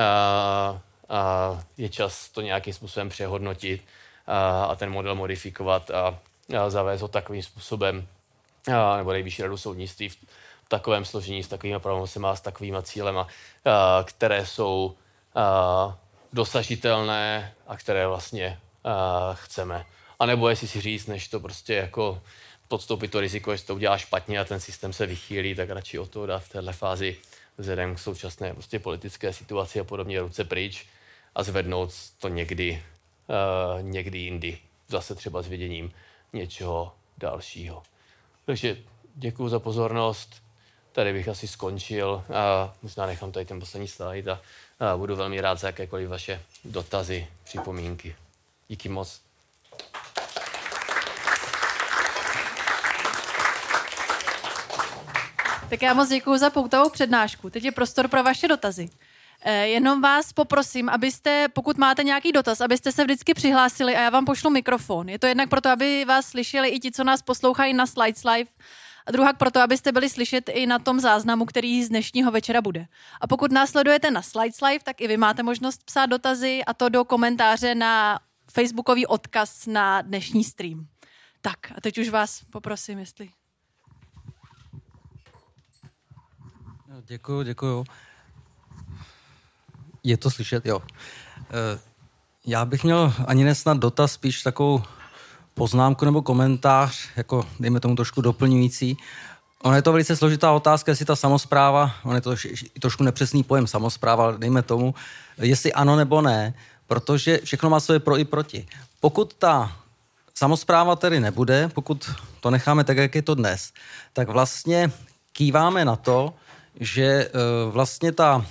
je čas to nějakým způsobem přehodnotit a ten model modifikovat a zavést ho takovým způsobem, nebo Nejvyšší radu soudnictví v takovém složení s takovými pravomocemi a s takovými cílema, které jsou dosažitelné a které vlastně chceme. A nebo jestli si říct, než to prostě jako podstoupit to riziko, jestli to udělá špatně a ten systém se vychýlí, tak radši o to dát v této fázi vzhledem k současné prostě politické situaci a podobně ruce pryč a zvednout to někdy jindy. Zase třeba s věděním něčeho dalšího. Takže děkuji za pozornost. Tady bych asi skončil a možná nechám tady ten poslední slide a budu velmi rád za jakékoliv vaše dotazy, připomínky. Díky moc. Tak já moc děkuji za poutavou přednášku. Teď je prostor pro vaše dotazy. Jenom vás poprosím, abyste, pokud máte nějaký dotaz, abyste se vždycky přihlásili a já vám pošlu mikrofon. Je to jednak proto, aby vás slyšeli i ti, co nás poslouchají na Slides Live, a druhak proto, abyste byli slyšet i na tom záznamu, který z dnešního večera bude. A pokud nás sledujete na Slides Live, tak i vy máte možnost psát dotazy a to do komentáře na facebookový odkaz na dnešní stream. Tak a teď už vás poprosím, jestli... Děkuju. Je to slyšet? Jo. Já bych měl ani nesnad dotaz, spíš takovou poznámku nebo komentář, jako dejme tomu trošku doplňující. Ona je to velice složitá otázka, jestli ta samospráva, on je to trošku nepřesný pojem samospráva, dejme tomu, jestli ano nebo ne, protože všechno má své pro i proti. Pokud ta samospráva tedy nebude, pokud to necháme tak, jak je to dnes, tak vlastně kýváme na to, že vlastně ta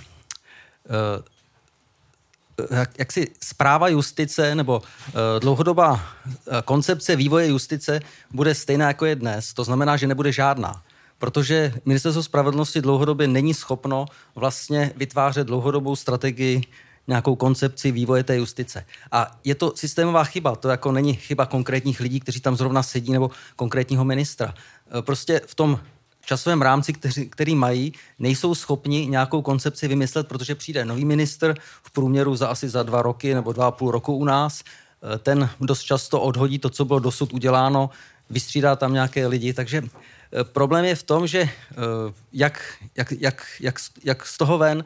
jaksi správa justice nebo dlouhodobá koncepce vývoje justice bude stejná, jako je dnes. To znamená, že nebude žádná. Protože Ministerstvo spravedlnosti dlouhodobě není schopno vlastně vytvářet dlouhodobou strategii, nějakou koncepci vývoje té justice. A je to systémová chyba, to jako není chyba konkrétních lidí, kteří tam zrovna sedí, nebo konkrétního ministra. Prostě v tom časovém rámci, který mají, nejsou schopni nějakou koncepci vymyslet, protože přijde nový ministr v průměru asi za 2 roky nebo 2,5 roku u nás. Ten dost často odhodí to, co bylo dosud uděláno, vystřídá tam nějaké lidi. Takže problém je v tom, že jak z toho ven,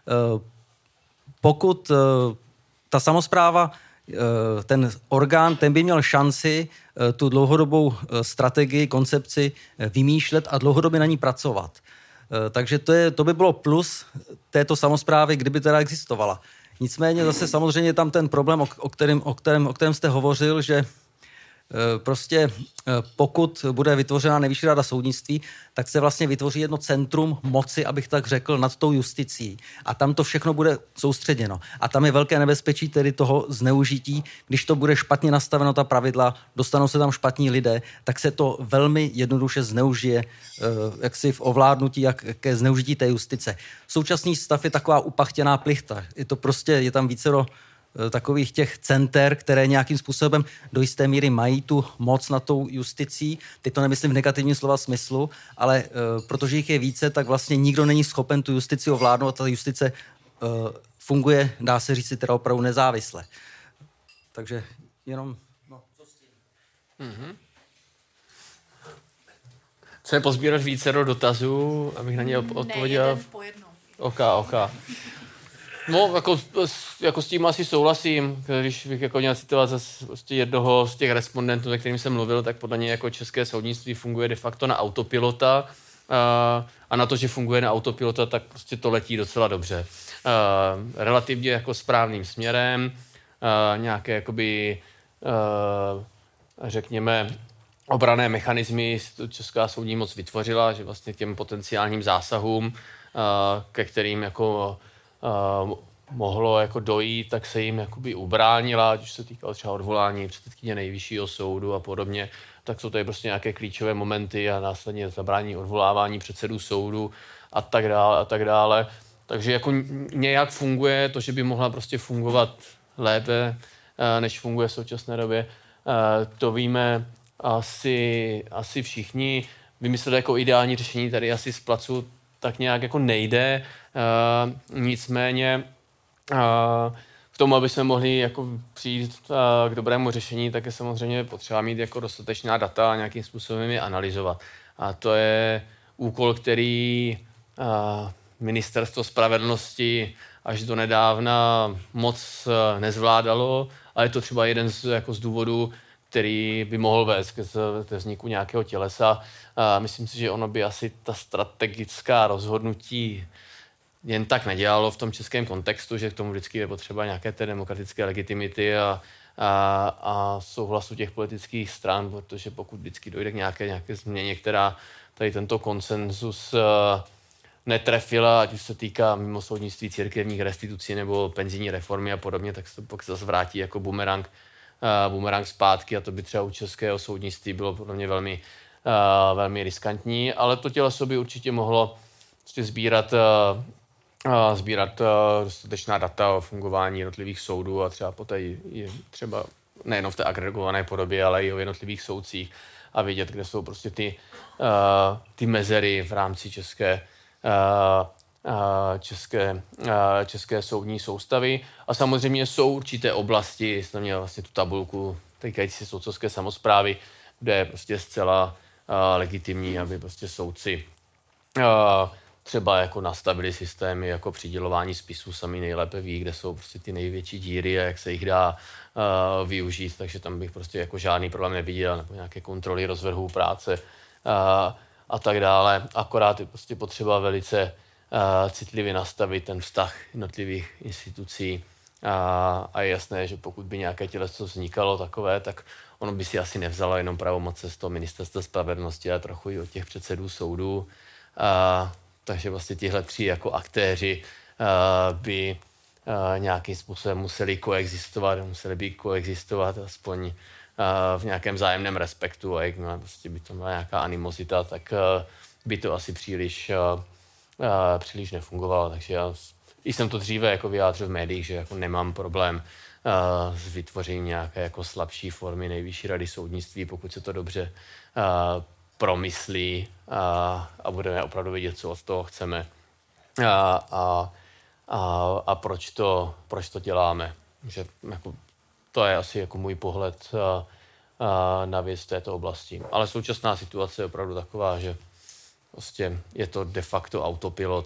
pokud ta samospráva, ten orgán, ten by měl šanci tu dlouhodobou strategii, koncepci vymýšlet a dlouhodobě na ní pracovat. Takže to by bylo plus této samosprávy, kdyby teda existovala. Nicméně zase samozřejmě tam ten problém, o kterém jste hovořil, že prostě pokud bude vytvořena Nejvyšší rada soudnictví, tak se vlastně vytvoří jedno centrum moci, abych tak řekl, nad tou justicí. A tam to všechno bude soustředěno. A tam je velké nebezpečí tedy toho zneužití. Když to bude špatně nastaveno, ta pravidla, dostanou se tam špatní lidé, tak se to velmi jednoduše zneužije jaksi v ovládnutí, jak ke zneužití té justice. Současný stav je taková upachtěná plichta. Je tam vícero takových těch center, které nějakým způsobem do jisté míry mají tu moc nad tou justicí. Teď to nemyslím v negativním slova smyslu, ale protože jich je více, tak vlastně nikdo není schopen tu justici ovládnout a ta justice funguje, dá se říct, teda opravdu nezávisle. Takže jenom... co s tím? Mm-hmm. Chceme pozbírat více do dotazů, abych na ně odpověděl? Ne, jeden po jednom. OK. No, jako s tím asi souhlasím, když bych jako měl citovat zase prostě jednoho z těch respondentů, se kterým jsem mluvil, tak podle něj jako české soudnictví funguje de facto na autopilota a na to, že funguje na autopilota, tak prostě to letí docela dobře. Relativně jako správným směrem, nějaké jakoby, řekněme, obranné mechanismy česká soudní moc vytvořila, že vlastně těm potenciálním zásahům, ke kterým jako mohlo jako dojít, tak se jim jakoby ubránila, ať už se týkalo třeba odvolání předsedkyně Nejvyššího soudu a podobně, tak jsou tady prostě nějaké klíčové momenty a následně zabrání odvolávání předsedů soudu a tak dále. Takže jako nějak funguje to, že by mohla prostě fungovat lépe, než funguje v současné době. To víme asi všichni. Vymyslet jako ideální řešení tady asi z placu tak nějak jako nejde. Nicméně k tomu, aby jsme mohli jako přijít k dobrému řešení, tak je samozřejmě potřeba mít jako dostatečná data a nějakým způsobem je analyzovat. A to je úkol, který Ministerstvo spravedlnosti až do nedávna moc nezvládalo, a je to třeba jeden z důvodů, který by mohl vést ke vzniku nějakého tělesa. Myslím si, že ono by asi ta strategická rozhodnutí jen tak nedělalo v tom českém kontextu, že k tomu vždycky je potřeba nějaké té demokratické legitimity a souhlasu těch politických stran, protože pokud vždycky dojde k nějaké změně, která tady tento konsenzus netrefila, ať už se týká mimosoudnictví, církevních restitucí nebo penzijní reformy a podobně, tak se to pak zase vrátí jako bumerang zpátky a to by třeba u českého soudnictví bylo podle mě velmi riskantní, ale to těleso by určitě mohlo sbírat dostatečná data o fungování jednotlivých soudů a třeba poté třeba nejenom v té agregované podobě, ale i o jednotlivých soudcích a vidět, kde jsou prostě ty mezery v rámci české soudní soustavy. A samozřejmě jsou určité oblasti, jsem měl vlastně tu tabulku týkající se soudcovské samosprávy, kde je prostě zcela legitimní, aby prostě soudci třeba jako nastavili systémy jako přidělování spisů, sami nejlépe ví, kde jsou prostě ty největší díry a jak se jich dá využít, takže tam bych prostě jako žádný problém neviděl, nebo nějaké kontroly rozvrhů práce a tak dále. Akorát je prostě potřeba velice citlivě nastavit ten vztah jednotlivých institucí a je jasné, že pokud by nějaké těleso vznikalo takové, tak ono by si asi nevzalo jenom pravomoce z toho Ministerstva spravedlnosti, ale trochu i od těch předsedů soudů. Takže vlastně tihle tři jako aktéři by nějakým způsobem museli by koexistovat aspoň v nějakém vzájemném respektu a jakmile prostě by to byla nějaká animozita, tak by to asi příliš nefungovalo. Takže já jsem to dříve jako vyjádřil v médiích, že jako nemám problém s vytvořením nějaké jako slabší formy Nejvyšší rady soudnictví, pokud se to dobře promyslí a budeme opravdu vědět, co od toho chceme a proč to děláme. Že jako, to je asi jako můj pohled na věc v této oblasti. Ale současná situace je opravdu taková, že prostě je to de facto autopilot,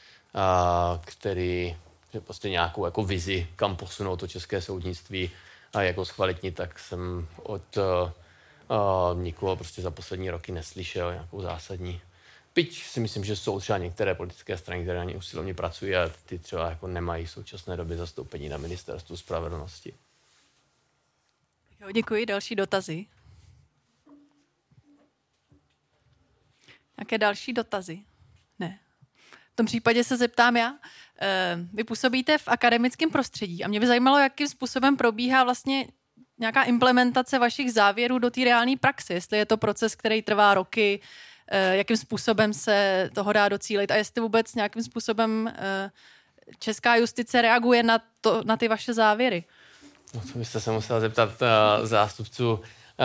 který že prostě nějakou jako vizi, kam posunout to české soudnictví a jako zkvalitnit, tak jsem od nikoho prostě za poslední roky neslyšel nějakou zásadní. Byť si myslím, že jsou třeba některé politické strany, které na ně usilovně pracují a ty třeba jako nemají v současné době zastoupení na Ministerstvu spravedlnosti. Jo, děkuji. Další dotazy. Jaké další dotazy? Ne. V tom případě se zeptám já. Vy působíte v akademickém prostředí a mě by zajímalo, jakým způsobem probíhá vlastně nějaká implementace vašich závěrů do té reálné praxe. Jestli je to proces, který trvá roky, jakým způsobem se toho dá docílit a jestli vůbec nějakým způsobem česká justice reaguje na ty vaše závěry. No, to byste se musela zeptat zástupců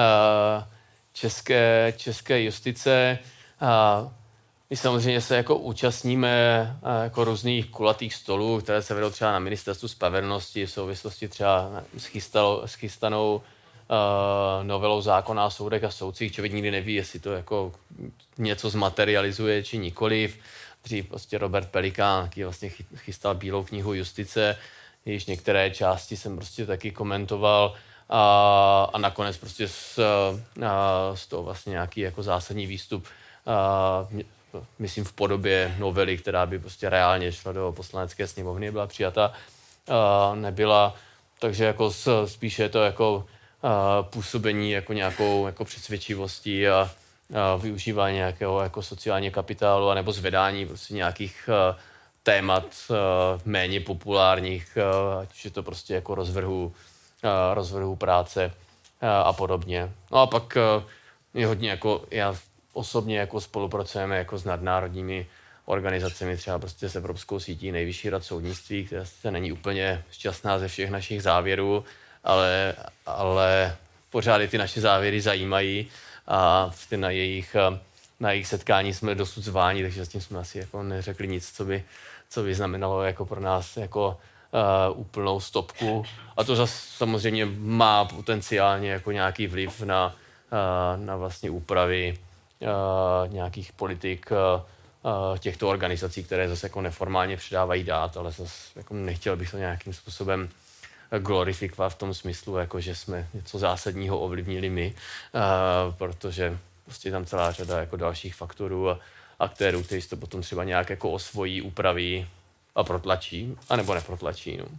české justice. My samozřejmě se jako účastníme jako různých kulatých stolů, které se vedou třeba na ministerstvu spravedlnosti v souvislosti třeba s chystanou novelou zákona o soudech a soudcích. Člověk nikdy neví, jestli to jako něco zmaterializuje či nikoliv. Dřív prostě Robert Pelikán, který vlastně chystal Bílou knihu justice, jejíž některé části jsem prostě taky komentoval a nakonec prostě z toho vlastně nějaký jako zásadní výstup, myslím v podobě novely, která by prostě reálně šla do poslanecké sněmovny, byla přijata, nebyla. Takže jako spíše je to jako působení jako nějakou jako přesvědčivostí a využívání nějakého jako sociálního kapitálu anebo zvedání prostě nějakých témat méně populárních, ať už je to prostě jako rozvrhu práce a podobně. No a pak je hodně jako, já osobně jako spolupracujeme jako s nadnárodními organizacemi, třeba prostě s Evropskou sítí Nejvyšší rad soudnictví, která se není úplně šťastná ze všech našich závěrů, ale pořád ty naše závěry zajímají a na jejich setkání jsme dosud zváni, takže s tím jsme asi jako neřekli nic, co by znamenalo jako pro nás jako úplnou stopku. A to zase samozřejmě má potenciálně jako nějaký vliv na vlastně úpravy nějakých politik těchto organizací, které zase jako neformálně předávají dát, ale zase jako nechtěl bych to nějakým způsobem glorifikovat v tom smyslu, jako že jsme něco zásadního ovlivnili my, protože prostě je tam celá řada jako dalších faktorů a aktérů, kteří to potom třeba nějak jako osvojí, upraví a protlačí, anebo neprotlačí. No.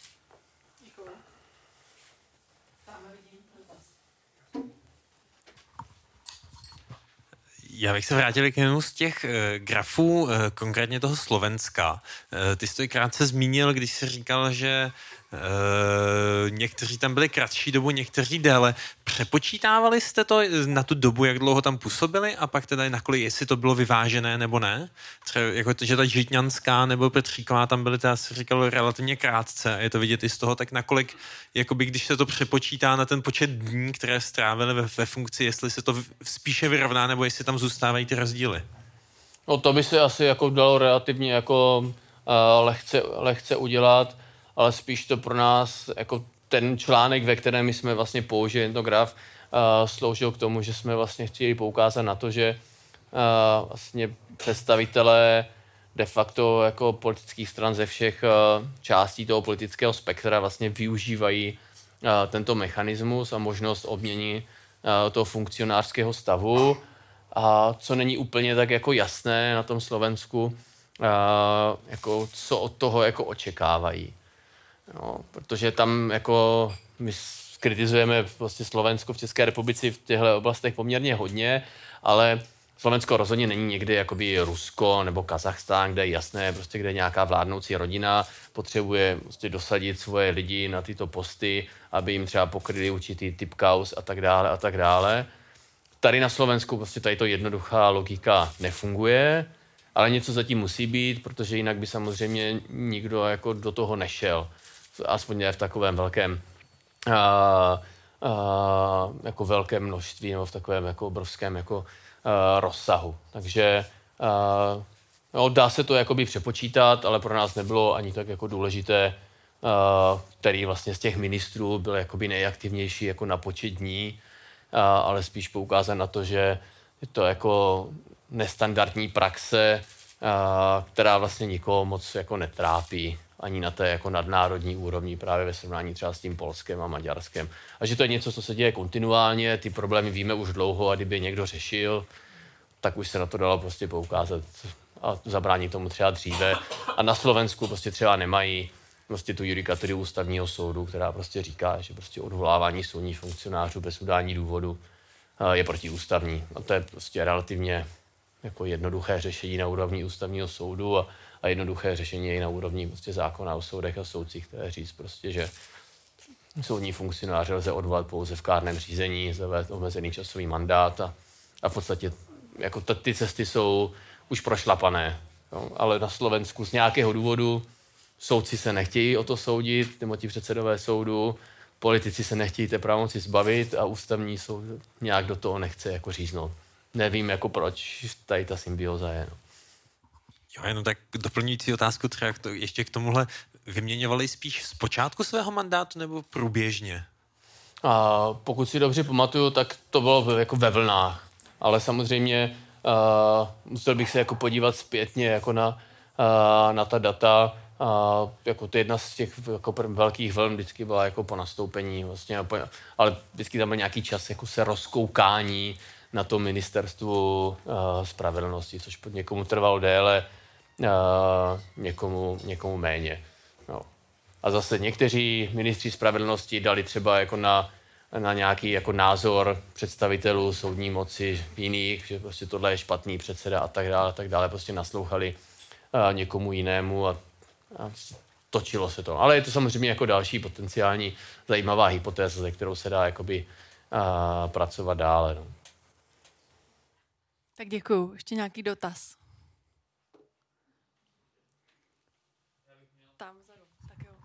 Já bych se vrátil k jednomu z těch grafů, konkrétně toho Slovenska. Ty jsi to i krátce zmínil, když jsi říkal, že někteří tam byli kratší dobu, někteří déle. Přepočítávali jste to na tu dobu, jak dlouho tam působili a pak teda nakolik, jestli to bylo vyvážené nebo ne? Třeba jako to, že ta Žitňanská nebo Petříková tam byly, to si říkal relativně krátce. Je to vidět i z toho, tak nakolik, jakoby, když se to přepočítá na ten počet dní, které strávili ve funkci, jestli se to spíše vyrovná, nebo jestli tam zůstávají ty rozdíly? No to by se asi jako dalo relativně jako lehce udělat, ale spíš to pro nás jako ten článek, ve kterém my jsme vlastně použili tento graf, sloužil k tomu, že jsme vlastně chtěli poukázat na to, že vlastně představitelé de facto jako politických stran ze všech částí toho politického spektra vlastně využívají tento mechanismus a možnost obměny toho funkcionářského stavu. A co není úplně tak jako jasné na tom Slovensku, jako co od toho jako očekávají. No, protože tam jako my kritizujeme vlastně Slovensko v České republice v těchto oblastech poměrně hodně, ale Slovensko rozhodně není někde jakoby Rusko nebo Kazachstán, kde je jasné, prostě kde nějaká vládnoucí rodina potřebuje prostě dosadit svoje lidi na tyto posty, aby jim třeba pokryli určitý typ kauz a tak dále a tak dále. Tady na Slovensku prostě tady to jednoduchá logika nefunguje, ale něco zatím musí být, protože jinak by samozřejmě nikdo jako do toho nešel. Aspoň ne v takovém velkém jako velkém množství nebo v takovém jako obrovském jako rozsahu. Takže no, dá se to jakoby přepočítat, ale pro nás nebylo ani tak jako důležité, který vlastně z těch ministrů byl jakoby nejaktivnější jako na počet dní, ale spíš poukázat na to, že je to jako nestandardní praxe, která vlastně nikoho moc jako netrápí ani na té jako nadnárodní úrovni právě ve srovnání třeba s tím Polskem a Maďarskem. A že to je něco, co se děje kontinuálně, ty problémy víme už dlouho a kdyby někdo řešil, tak už se na to dalo prostě poukázat a zabránit tomu třeba dříve. A na Slovensku prostě třeba nemají prostě tu judikaturu ústavního soudu, která prostě říká, že prostě odvolávání soudních funkcionářů bez udání důvodu je protiústavní. A to je prostě relativně jako jednoduché řešení na úrovni ústavního soudu a jednoduché řešení i na úrovni prostě zákona o soudech a soudcích, které říct prostě, že soudní funkcionáře lze odvolat pouze v kárném řízení, zavést omezený časový mandát a v podstatě jako ty cesty jsou už prošlapané. Jo? Ale na Slovensku z nějakého důvodu soudci se nechtějí o to soudit, nebo ti předsedové soudu, politici se nechtějí té pravomoci zbavit a ústavní soud nějak do toho nechce jako říznout. Nevím, jako proč tady ta symbioza je. No. Jo, jenom tak doplňující otázku třeba ještě k tomuhle. Vyměňovali spíš z počátku svého mandátu nebo průběžně? A pokud si dobře pamatuju, tak to bylo jako ve vlnách. Ale samozřejmě musel bych se jako podívat zpětně jako na ta data. Jako to jedna z těch jako velkých vln vždycky byla jako po nastoupení vlastně, ale vždycky tam byl nějaký čas jako se rozkoukání na to ministerstvu spravedlnosti, což pod někomu trvalo déle, někomu méně. No. A zase někteří ministři spravedlnosti dali třeba jako na nějaký jako názor představitelů soudní moci jiných, že prostě tohle je špatný předseda a tak dále, prostě naslouchali někomu jinému a točilo se to. Ale je to samozřejmě jako další potenciální zajímavá hypotéza, se kterou se dá jakoby pracovat dále. No. Tak děkuju. Ještě nějaký dotaz? Tam vzadu. Tak jo.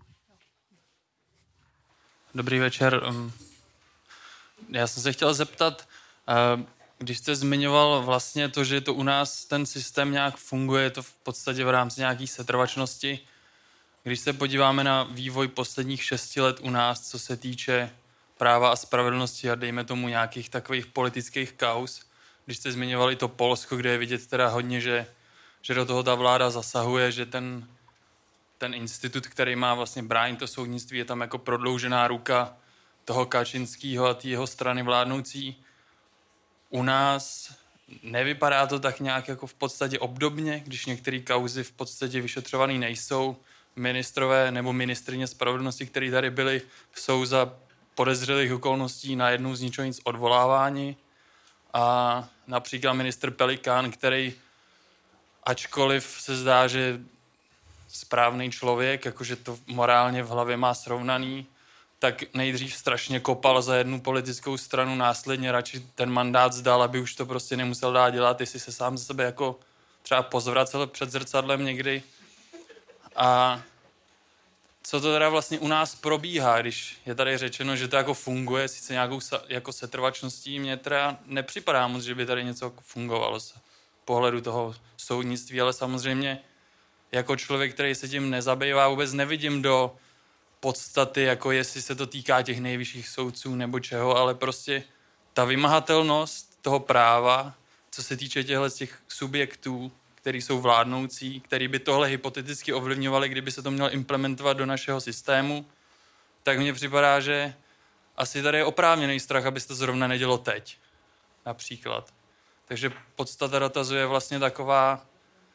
Dobrý večer. Já jsem se chtěl zeptat, když jste zmiňoval vlastně to, že to u nás ten systém nějak funguje, je to v podstatě v rámci nějaký setrvačnosti. Když se podíváme na vývoj posledních 6 let u nás, co se týče práva a spravedlnosti a dejme tomu nějakých takových politických kauz, když jste zmiňovali to Polsko, kde je vidět teda hodně, že do toho ta vláda zasahuje, že ten institut, který má vlastně bránit to soudnictví, je tam jako prodloužená ruka toho Kačinského a té jeho strany vládnoucí. U nás nevypadá to tak nějak jako v podstatě obdobně, když některé kauzy v podstatě vyšetřované nejsou. Ministrové nebo ministryně spravedlnosti, kteří tady byli, jsou za podezřelých okolností najednou z ničeho nic odvoláváni. A například ministr Pelikán, který ačkoliv se zdá, že správný člověk, jakože to morálně v hlavě má srovnaný, tak nejdřív strašně kopal za jednu politickou stranu, následně radši ten mandát zdal, aby už to prostě nemusel dát dělat, jestli se sám ze sebe jako třeba pozvracel před zrcadlem někdy. A co to teda vlastně u nás probíhá, když je tady řečeno, že to jako funguje, sice nějakou jako setrvačností, mně teda nepřipadá moc, že by tady něco fungovalo z pohledu toho soudnictví, ale samozřejmě jako člověk, který se tím nezabývá, vůbec nevidím do podstaty, jako jestli se to týká těch nejvyšších soudců nebo čeho, ale prostě ta vymahatelnost toho práva, co se týče těch subjektů, který jsou vládnoucí, který by tohle hypoteticky ovlivňovali, kdyby se to mělo implementovat do našeho systému, tak mně připadá, že asi tady je oprávněný strach, aby se to zrovna nedělo teď, například. Takže podstata dotazu je vlastně taková,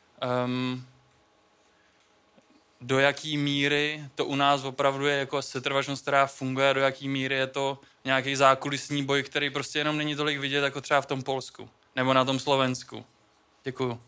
do jaký míry to u nás opravdu je jako setrvačnost, která funguje, a do jaký míry je to nějaký zákulisní boj, který prostě jenom není tolik vidět, jako třeba v tom Polsku nebo na tom Slovensku. Děkuju.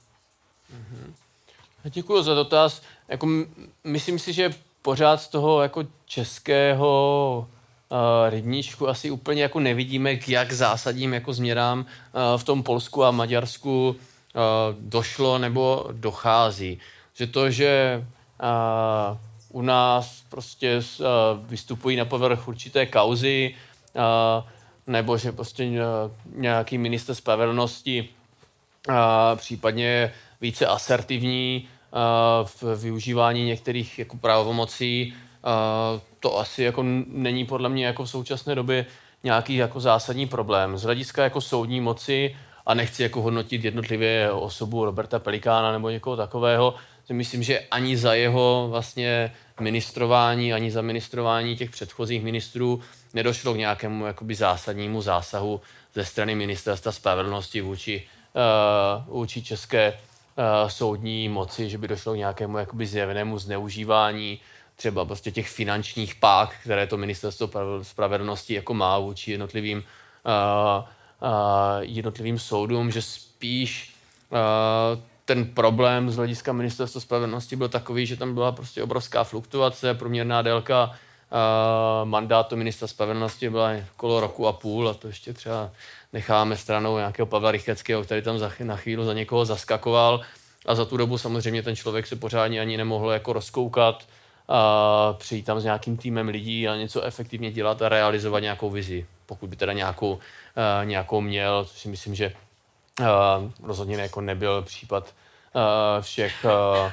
Děkuji za dotaz. Jako, myslím si, že pořád z toho jako českého rybníčku asi úplně jako nevidíme, k jak zásadním jako změnám v tom Polsku a Maďarsku došlo nebo dochází. Že to, že u nás prostě vystupují na povrch určité kauzy, nebo že prostě nějaký ministr spravedlnosti případně více asertivní v využívání některých jako pravomocí. To asi jako není podle mě jako v současné době nějaký jako zásadní problém. Z hlediska jako soudní moci, a nechci jako hodnotit jednotlivě osobu Roberta Pelikána nebo někoho takového, myslím, že ani za jeho vlastně ministrování, ani za ministrování těch předchozích ministrů nedošlo k nějakému jakoby zásadnímu zásahu ze strany ministerstva spravedlnosti vůči české soudní moci, že by došlo k nějakému jakoby zjevnému zneužívání třeba prostě těch finančních pák, které to ministerstvo spravedlnosti jako má vůči jednotlivým soudům, že spíš ten problém z hlediska ministerstva spravedlnosti byl takový, že tam byla prostě obrovská fluktuace, průměrná délka mandátu ministra spravedlnosti byla okolo roku a půl a to ještě třeba necháme stranou nějakého Pavla Rychetského, který tam na chvíli za někoho zaskakoval a za tu dobu samozřejmě ten člověk se pořádně ani nemohl jako rozkoukat a přijít tam s nějakým týmem lidí a něco efektivně dělat a realizovat nějakou vizi, pokud by teda nějakou měl, což si myslím, že rozhodně jako nebyl případ všech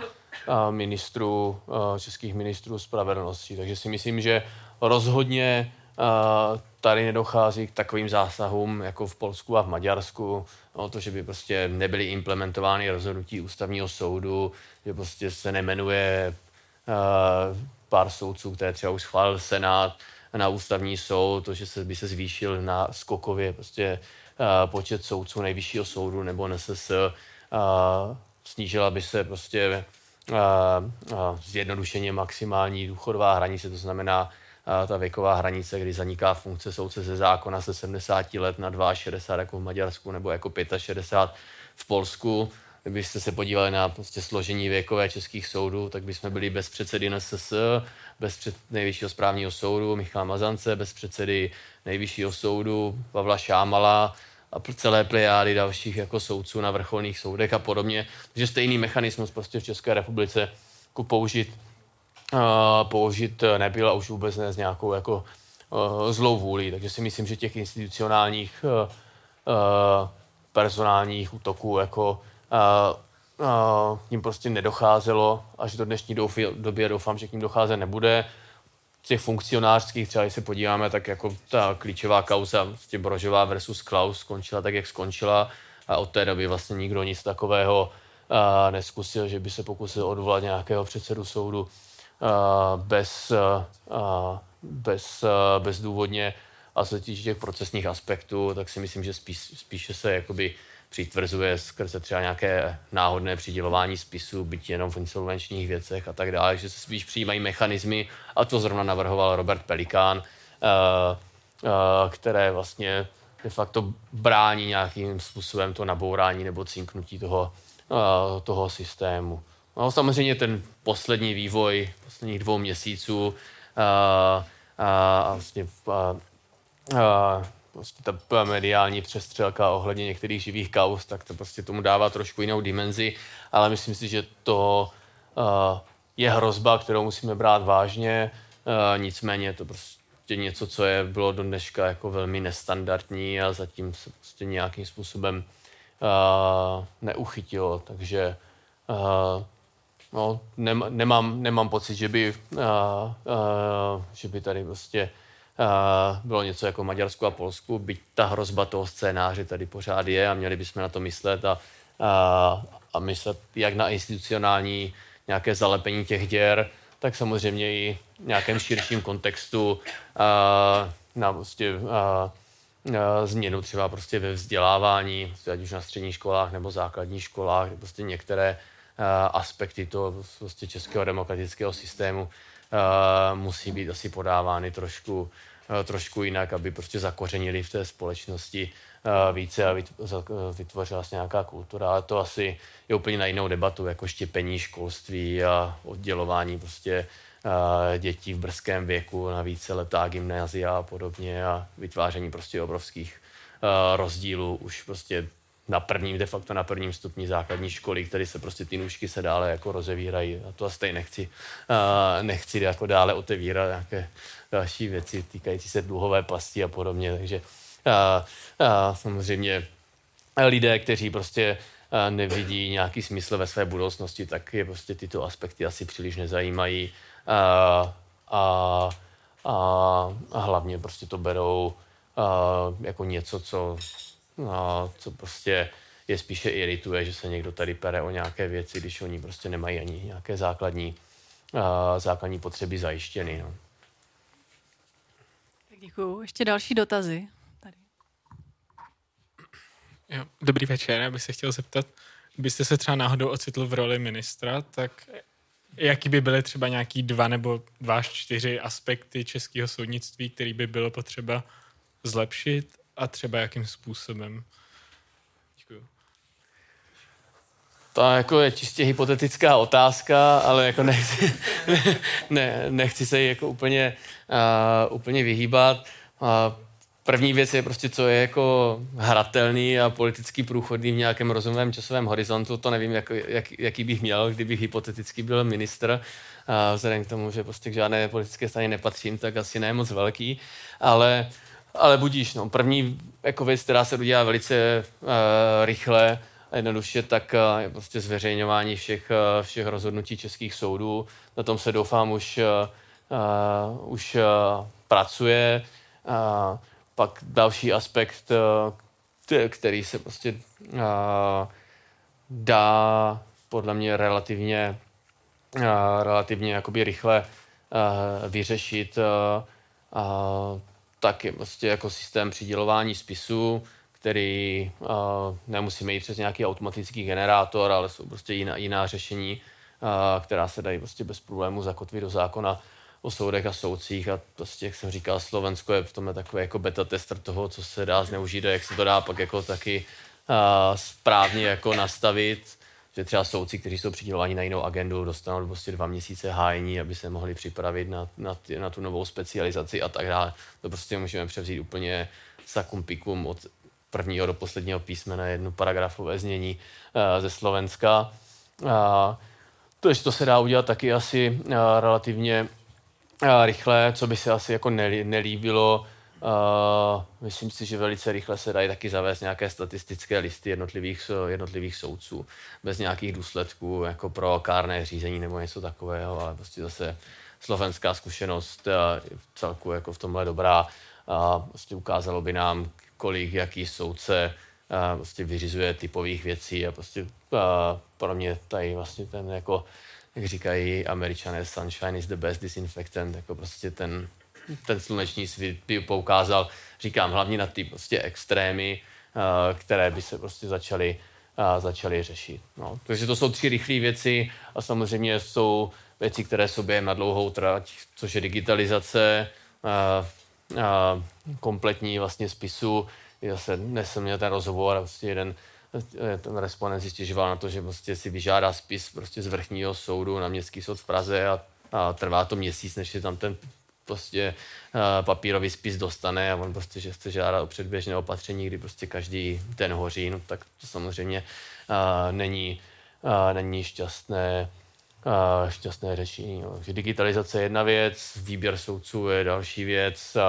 českých ministrů spravedlnosti. Takže si myslím, že rozhodně tady nedochází k takovým zásahům jako v Polsku a v Maďarsku, to, že by prostě nebyly implementovány rozhodnutí ústavního soudu, že prostě se nemenuje pár soudců, které třeba už schválil Senát na ústavní soud, to, že by se zvýšil na skokově prostě počet soudců nejvyššího soudu nebo NSS, snížila by se prostě zjednodušeně maximální důchodová hranice, to znamená ta věková hranice, kdy zaniká funkce soudce ze zákona se 70 let na 62 jako v Maďarsku nebo jako 65 v Polsku. Kdybyste se podívali na prostě složení věkové českých soudů, tak bychom byli bez předsedy NSS, bez nejvyššího správního soudu Michala Mazance, bez předsedy nejvyššího soudu Pavla Šámala a celé plejády dalších jako soudců na vrcholných soudech a podobně. Takže stejný mechanismus prostě v České republice jako použit nebyl a už vůbec ne s nějakou jako zlou vůlí. Takže si myslím, že těch institucionálních personálních útoků jako tím prostě nedocházelo. Až do dnešní doby doufám, že k ním docházet nebude. Těch funkcionářských, třeba když se podíváme, tak jako ta klíčová kauza vlastně Brožová versus Klaus skončila tak, jak skončila a od té doby vlastně nikdo nic neskusil, že by se pokusil odvolat nějakého předsedu soudu bezdůvodně. A co se týče těch procesních aspektů, tak si myslím, že spíše se jakoby přitvrzuje skrze třeba nějaké náhodné přidělování spisů, byť jenom v insolvenčních věcech a tak dále, že se spíš přijímají mechanismy, a to zrovna navrhoval Robert Pelikán, které vlastně de facto brání nějakým způsobem to nabourání nebo cinknutí toho systému. No, samozřejmě ten poslední vývoj posledních 2 měsíců vlastně ta mediální přestřelka ohledně některých živých kauz, tak to prostě tomu dává trošku jinou dimenzi, ale myslím si, že to je hrozba, kterou musíme brát vážně, nicméně to prostě něco, co bylo do dneška jako velmi nestandardní a zatím se prostě nějakým způsobem neuchytilo, takže nemám pocit, že by tady prostě bylo něco jako Maďarsku a Polsku, byť ta hrozba toho scénáře tady pořád je a měli bychom na to myslet a myslet jak na institucionální nějaké zalepení těch děr, tak samozřejmě i v nějakém širším kontextu na prostě změnu třeba prostě ve vzdělávání, ať už na středních školách nebo základních školách, kde prostě některé aspekty toho prostě českého demokratického systému musí být asi podávány trošku jinak, aby prostě zakořenili v té společnosti více a vytvořila se nějaká kultura. Ale to asi je úplně na jinou debatu, jako štěpení školství a oddělování prostě dětí v brzkém věku na víceletá gymnázia a podobně a vytváření prostě obrovských rozdílů už prostě de facto na prvním stupni základní školy, které se prostě ty nůžky se dále jako rozevírají. A to asi nechci jako dále otevírat nějaké další věci týkající se dluhové pasti a podobně. Takže samozřejmě lidé, kteří prostě nevidí nějaký smysl ve své budoucnosti, tak je prostě tyto aspekty asi příliš nezajímají a hlavně prostě to berou jako něco, co prostě je spíše irituje, že se někdo tady pere o nějaké věci, když oni prostě nemají ani nějaké základní potřeby zajištěny. No. Tak děkuju. Ještě další dotazy. Tady. Jo, dobrý večer, já bych se chtěl zeptat, kdybyste se třeba náhodou ocitl v roli ministra, tak jaký by byly třeba nějaký 2 nebo 2 až 4 aspekty českého soudnictví, který by bylo potřeba zlepšit a třeba jakým způsobem? Děkuju. To jako je čistě hypotetická otázka, ale jako nechci se jí jako úplně vyhýbat. První věc je prostě, co je jako hratelný a politicky průchodný v nějakém rozumném časovém horizontu. To nevím, jaký bych měl, kdybych hypoteticky byl ministr. Vzhledem k tomu, že prostě k žádné politické straně nepatřím, tak asi ne moc velký. Ale budíš, no. První jako věc, která se udělá velice rychle a jednoduše, tak je prostě zveřejňování všech rozhodnutí českých soudů. Na tom se doufám už pracuje. Pak další aspekt, který se prostě dá podle mě relativně jakoby rychle vyřešit, tak je prostě jako systém přidělování spisů, který nemusíme jít přes nějaký automatický generátor, ale jsou prostě jiná řešení, která se dají prostě bez problémů zakotvit do zákona o soudech a soudcích a prostě, jak jsem říkal, Slovensko je v tomhle takový jako beta tester toho, co se dá zneužít a jak se to dá pak jako taky správně jako nastavit, že třeba soudci, kteří jsou přidělováni na jinou agendu, dostanou prostě 2 měsíce hájení, aby se mohli připravit na tu novou specializaci a tak dále. To prostě můžeme převzít úplně sakum pikum od prvního do posledního písmena, jedno paragrafové znění ze Slovenska. To se dá udělat taky asi relativně rychle, co by se asi jako nelíbilo. Myslím si, že velice rychle se dají taky zavést nějaké statistické listy jednotlivých soudců bez nějakých důsledků jako pro kárné řízení nebo něco takového, ale prostě zase slovenská zkušenost celku jako v tomhle dobrá. Prostě ukázalo by nám, jaký soudce prostě vyřizuje typových věcí a prostě pro mě tady vlastně ten jako, jak říkají Američané, sunshine is the best disinfectant, jako prostě ten sluneční svět by poukázal, říkám, hlavně na ty prostě extrémy, které by se prostě začaly řešit. No. Takže to jsou 3 rychlé věci a samozřejmě jsou věci, které jsou během na dlouhou trať, což je digitalizace, kompletní vlastně spisu. Zase dnes jsem měl ten rozhovor a prostě ten respondent si stěžoval na to, že prostě si vyžádá spis prostě z vrchního soudu na městský soud v Praze a trvá to měsíc, než je tam ten prostě papírový spis dostane a on prostě, že chce žádat o předběžné opatření, kdy prostě každý den hoří, no tak to samozřejmě není šťastné řešení. No. Takže digitalizace je jedna věc, výběr soudců je další věc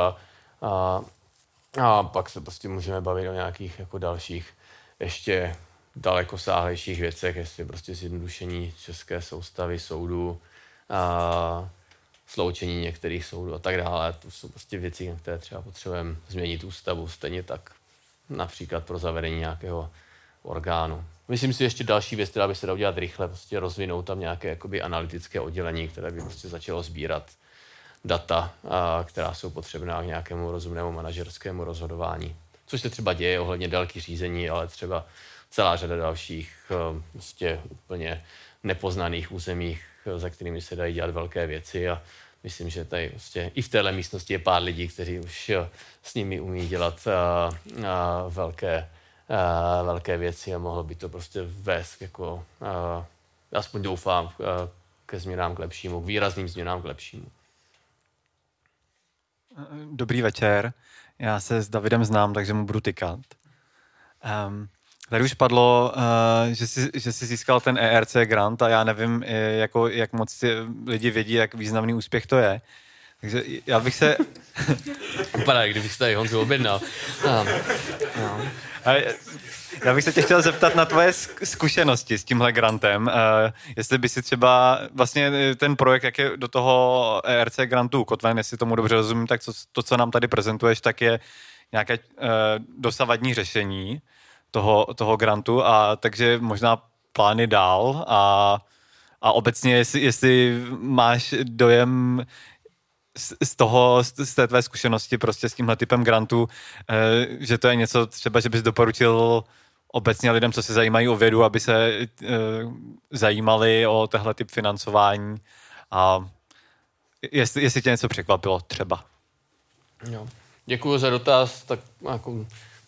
a pak se prostě můžeme bavit o nějakých jako dalších ještě dalekosáhlejších věcech, jestli prostě zjednodušení české soustavy soudů, sloučení některých soudů a tak dále. To jsou prostě věci, na které třeba potřebujeme změnit ústavu, stejně tak například pro zavedení nějakého orgánu. Myslím si ještě další věc, která by se dala udělat rychle, prostě rozvinout tam nějaké jakoby analytické oddělení, které by prostě začalo sbírat data, která jsou potřebná k nějakému rozumnému manažerskému rozhodování. Což se třeba děje ohledně délky řízení, ale třeba celá řada dalších prostě úplně nepoznaných územích, za kterými se dají dělat velké věci a myslím, že tady prostě i v téhle místnosti je pár lidí, kteří už s nimi umí dělat velké věci a mohlo by to prostě vést jako, aspoň doufám, ke změnám k lepšímu, k výrazným změnám k lepšímu. Dobrý večer, já se s Davidem znám, takže mu budu tykat. Tady už padlo, že jsi získal ten ERC grant a já nevím, jak moc lidi vědí, jak významný úspěch to je. Takže já bych se... Vypadá, kdybych se tady Honzu objednal. Já bych se tě chtěl zeptat na tvoje zkušenosti s tímhle grantem. Jestli by si třeba vlastně ten projekt, jak je do toho ERC grantu ukotven, jestli tomu dobře rozumím, tak to, co nám tady prezentuješ, tak je nějaké dosavadní řešení toho grantu a takže možná plány dál a obecně, jestli máš dojem z té tvé zkušenosti prostě s tímhle typem grantu, že to je něco třeba, že bys doporučil obecně lidem, co se zajímají o vědu, aby se zajímali o tehle typ financování a jestli tě něco překvapilo třeba. Jo. Děkuji za dotaz, tak jako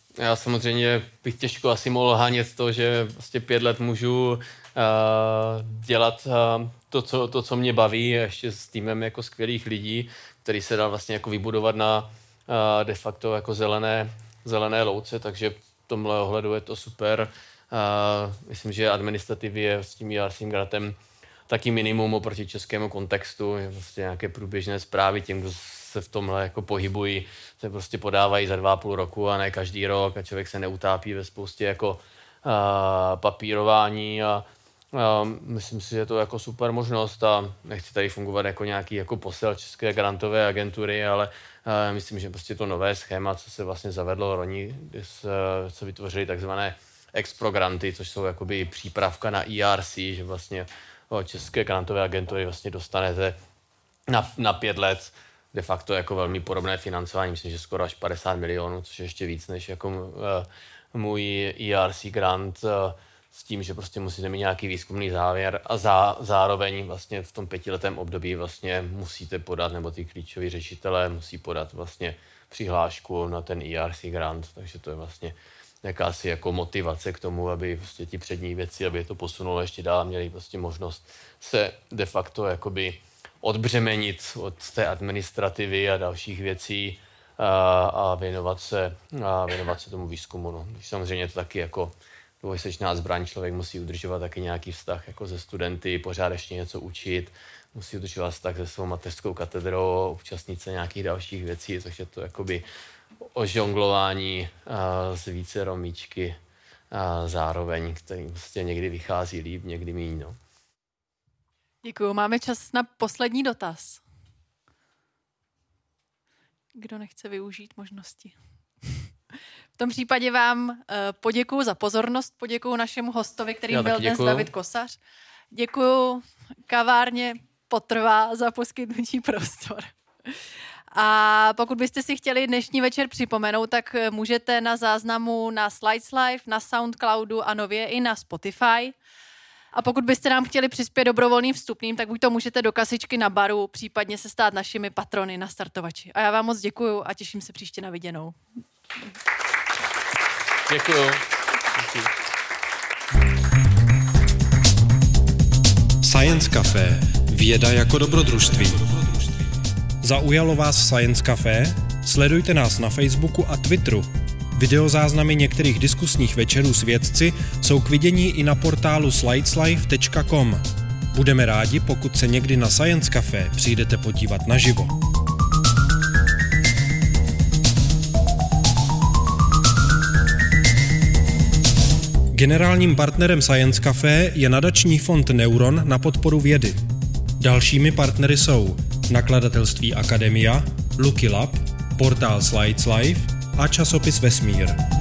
Já samozřejmě bych těžko asi mohl hánět to, že vlastně 5 let můžu dělat to, co mě baví, ještě s týmem jako skvělých lidí, který se dal vlastně jako vybudovat na de facto jako zelené louce, takže v tomhle ohledu je to super. Myslím, že administrativy je s tím ERC grantem taky minimum oproti českému kontextu, je vlastně nějaké průběžné zprávy těm, kdo se v tomhle jako pohybují, se prostě podávají za 2,5 roku a ne každý rok a člověk se neutápí ve spoustě jako papírování a myslím si, že to je jako super možnost a nechci tady fungovat jako nějaký jako posel České grantové agentury, ale myslím, že prostě to nové schéma, co se vlastně zavedlo loni, kdy se vytvořily takzvané Expro granty, což jsou jakoby přípravka na ERC, že vlastně České grantové agentury vlastně dostanete na 5 let de facto jako velmi podobné financování, myslím, že skoro až 50 milionů, což je ještě víc než jako můj ERC grant, s tím, že prostě musíte mít nějaký výzkumný závěr a zároveň vlastně v tom 5letém období vlastně musíte podat, nebo ty klíčoví řešitelé musí podat vlastně přihlášku na ten ERC grant, takže to je vlastně jakási jako motivace k tomu, aby prostě ti přední věci, aby to posunulo ještě dál, měli prostě možnost se de facto jakoby odbřemenit od té administrativy a dalších věcí a věnovat se tomu výzkumu. No. Samozřejmě to taky jako dvojsečná zbraň, člověk musí udržovat taky nějaký vztah jako ze studenty, pořád ještě něco učit, musí udržovat vztah se svou mateřskou katedrou, účastnit se nějakých dalších věcí, takže to jakoby o žonglování z více míčky zároveň, který prostě někdy vychází líp, někdy míň. No. Děkuju. Máme čas na poslední dotaz. Kdo nechce využít možnosti? V tom případě vám poděkuju za pozornost, poděkuju našemu hostovi, kterým byl dnes David Kosař. Děkuju kavárně Potrvá za poskytnutí prostor. A pokud byste si chtěli dnešní večer připomenout, tak můžete na záznamu na Slides Live, na Soundcloudu a nově i na Spotify. A pokud byste nám chtěli přispět dobrovolným vstupným, tak buď to můžete do kasičky na baru, případně se stát našimi patrony na startovači. A já vám moc děkuju a těším se příště na viděnou. Děkuju. Science Café. Věda jako dobrodružství. Zaujalo vás Science Café? Sledujte nás na Facebooku a Twitteru. Videozáznamy některých diskusních večerů s vědci jsou k vidění i na portálu slideslive.com. Budeme rádi, pokud se někdy na Science Café přijdete podívat naživo. Generálním partnerem Science Café je nadační fond Neuron na podporu vědy. Dalšími partnery jsou nakladatelství Akademia, Lucky Lab, portál Slides Live a časopis Vesmír.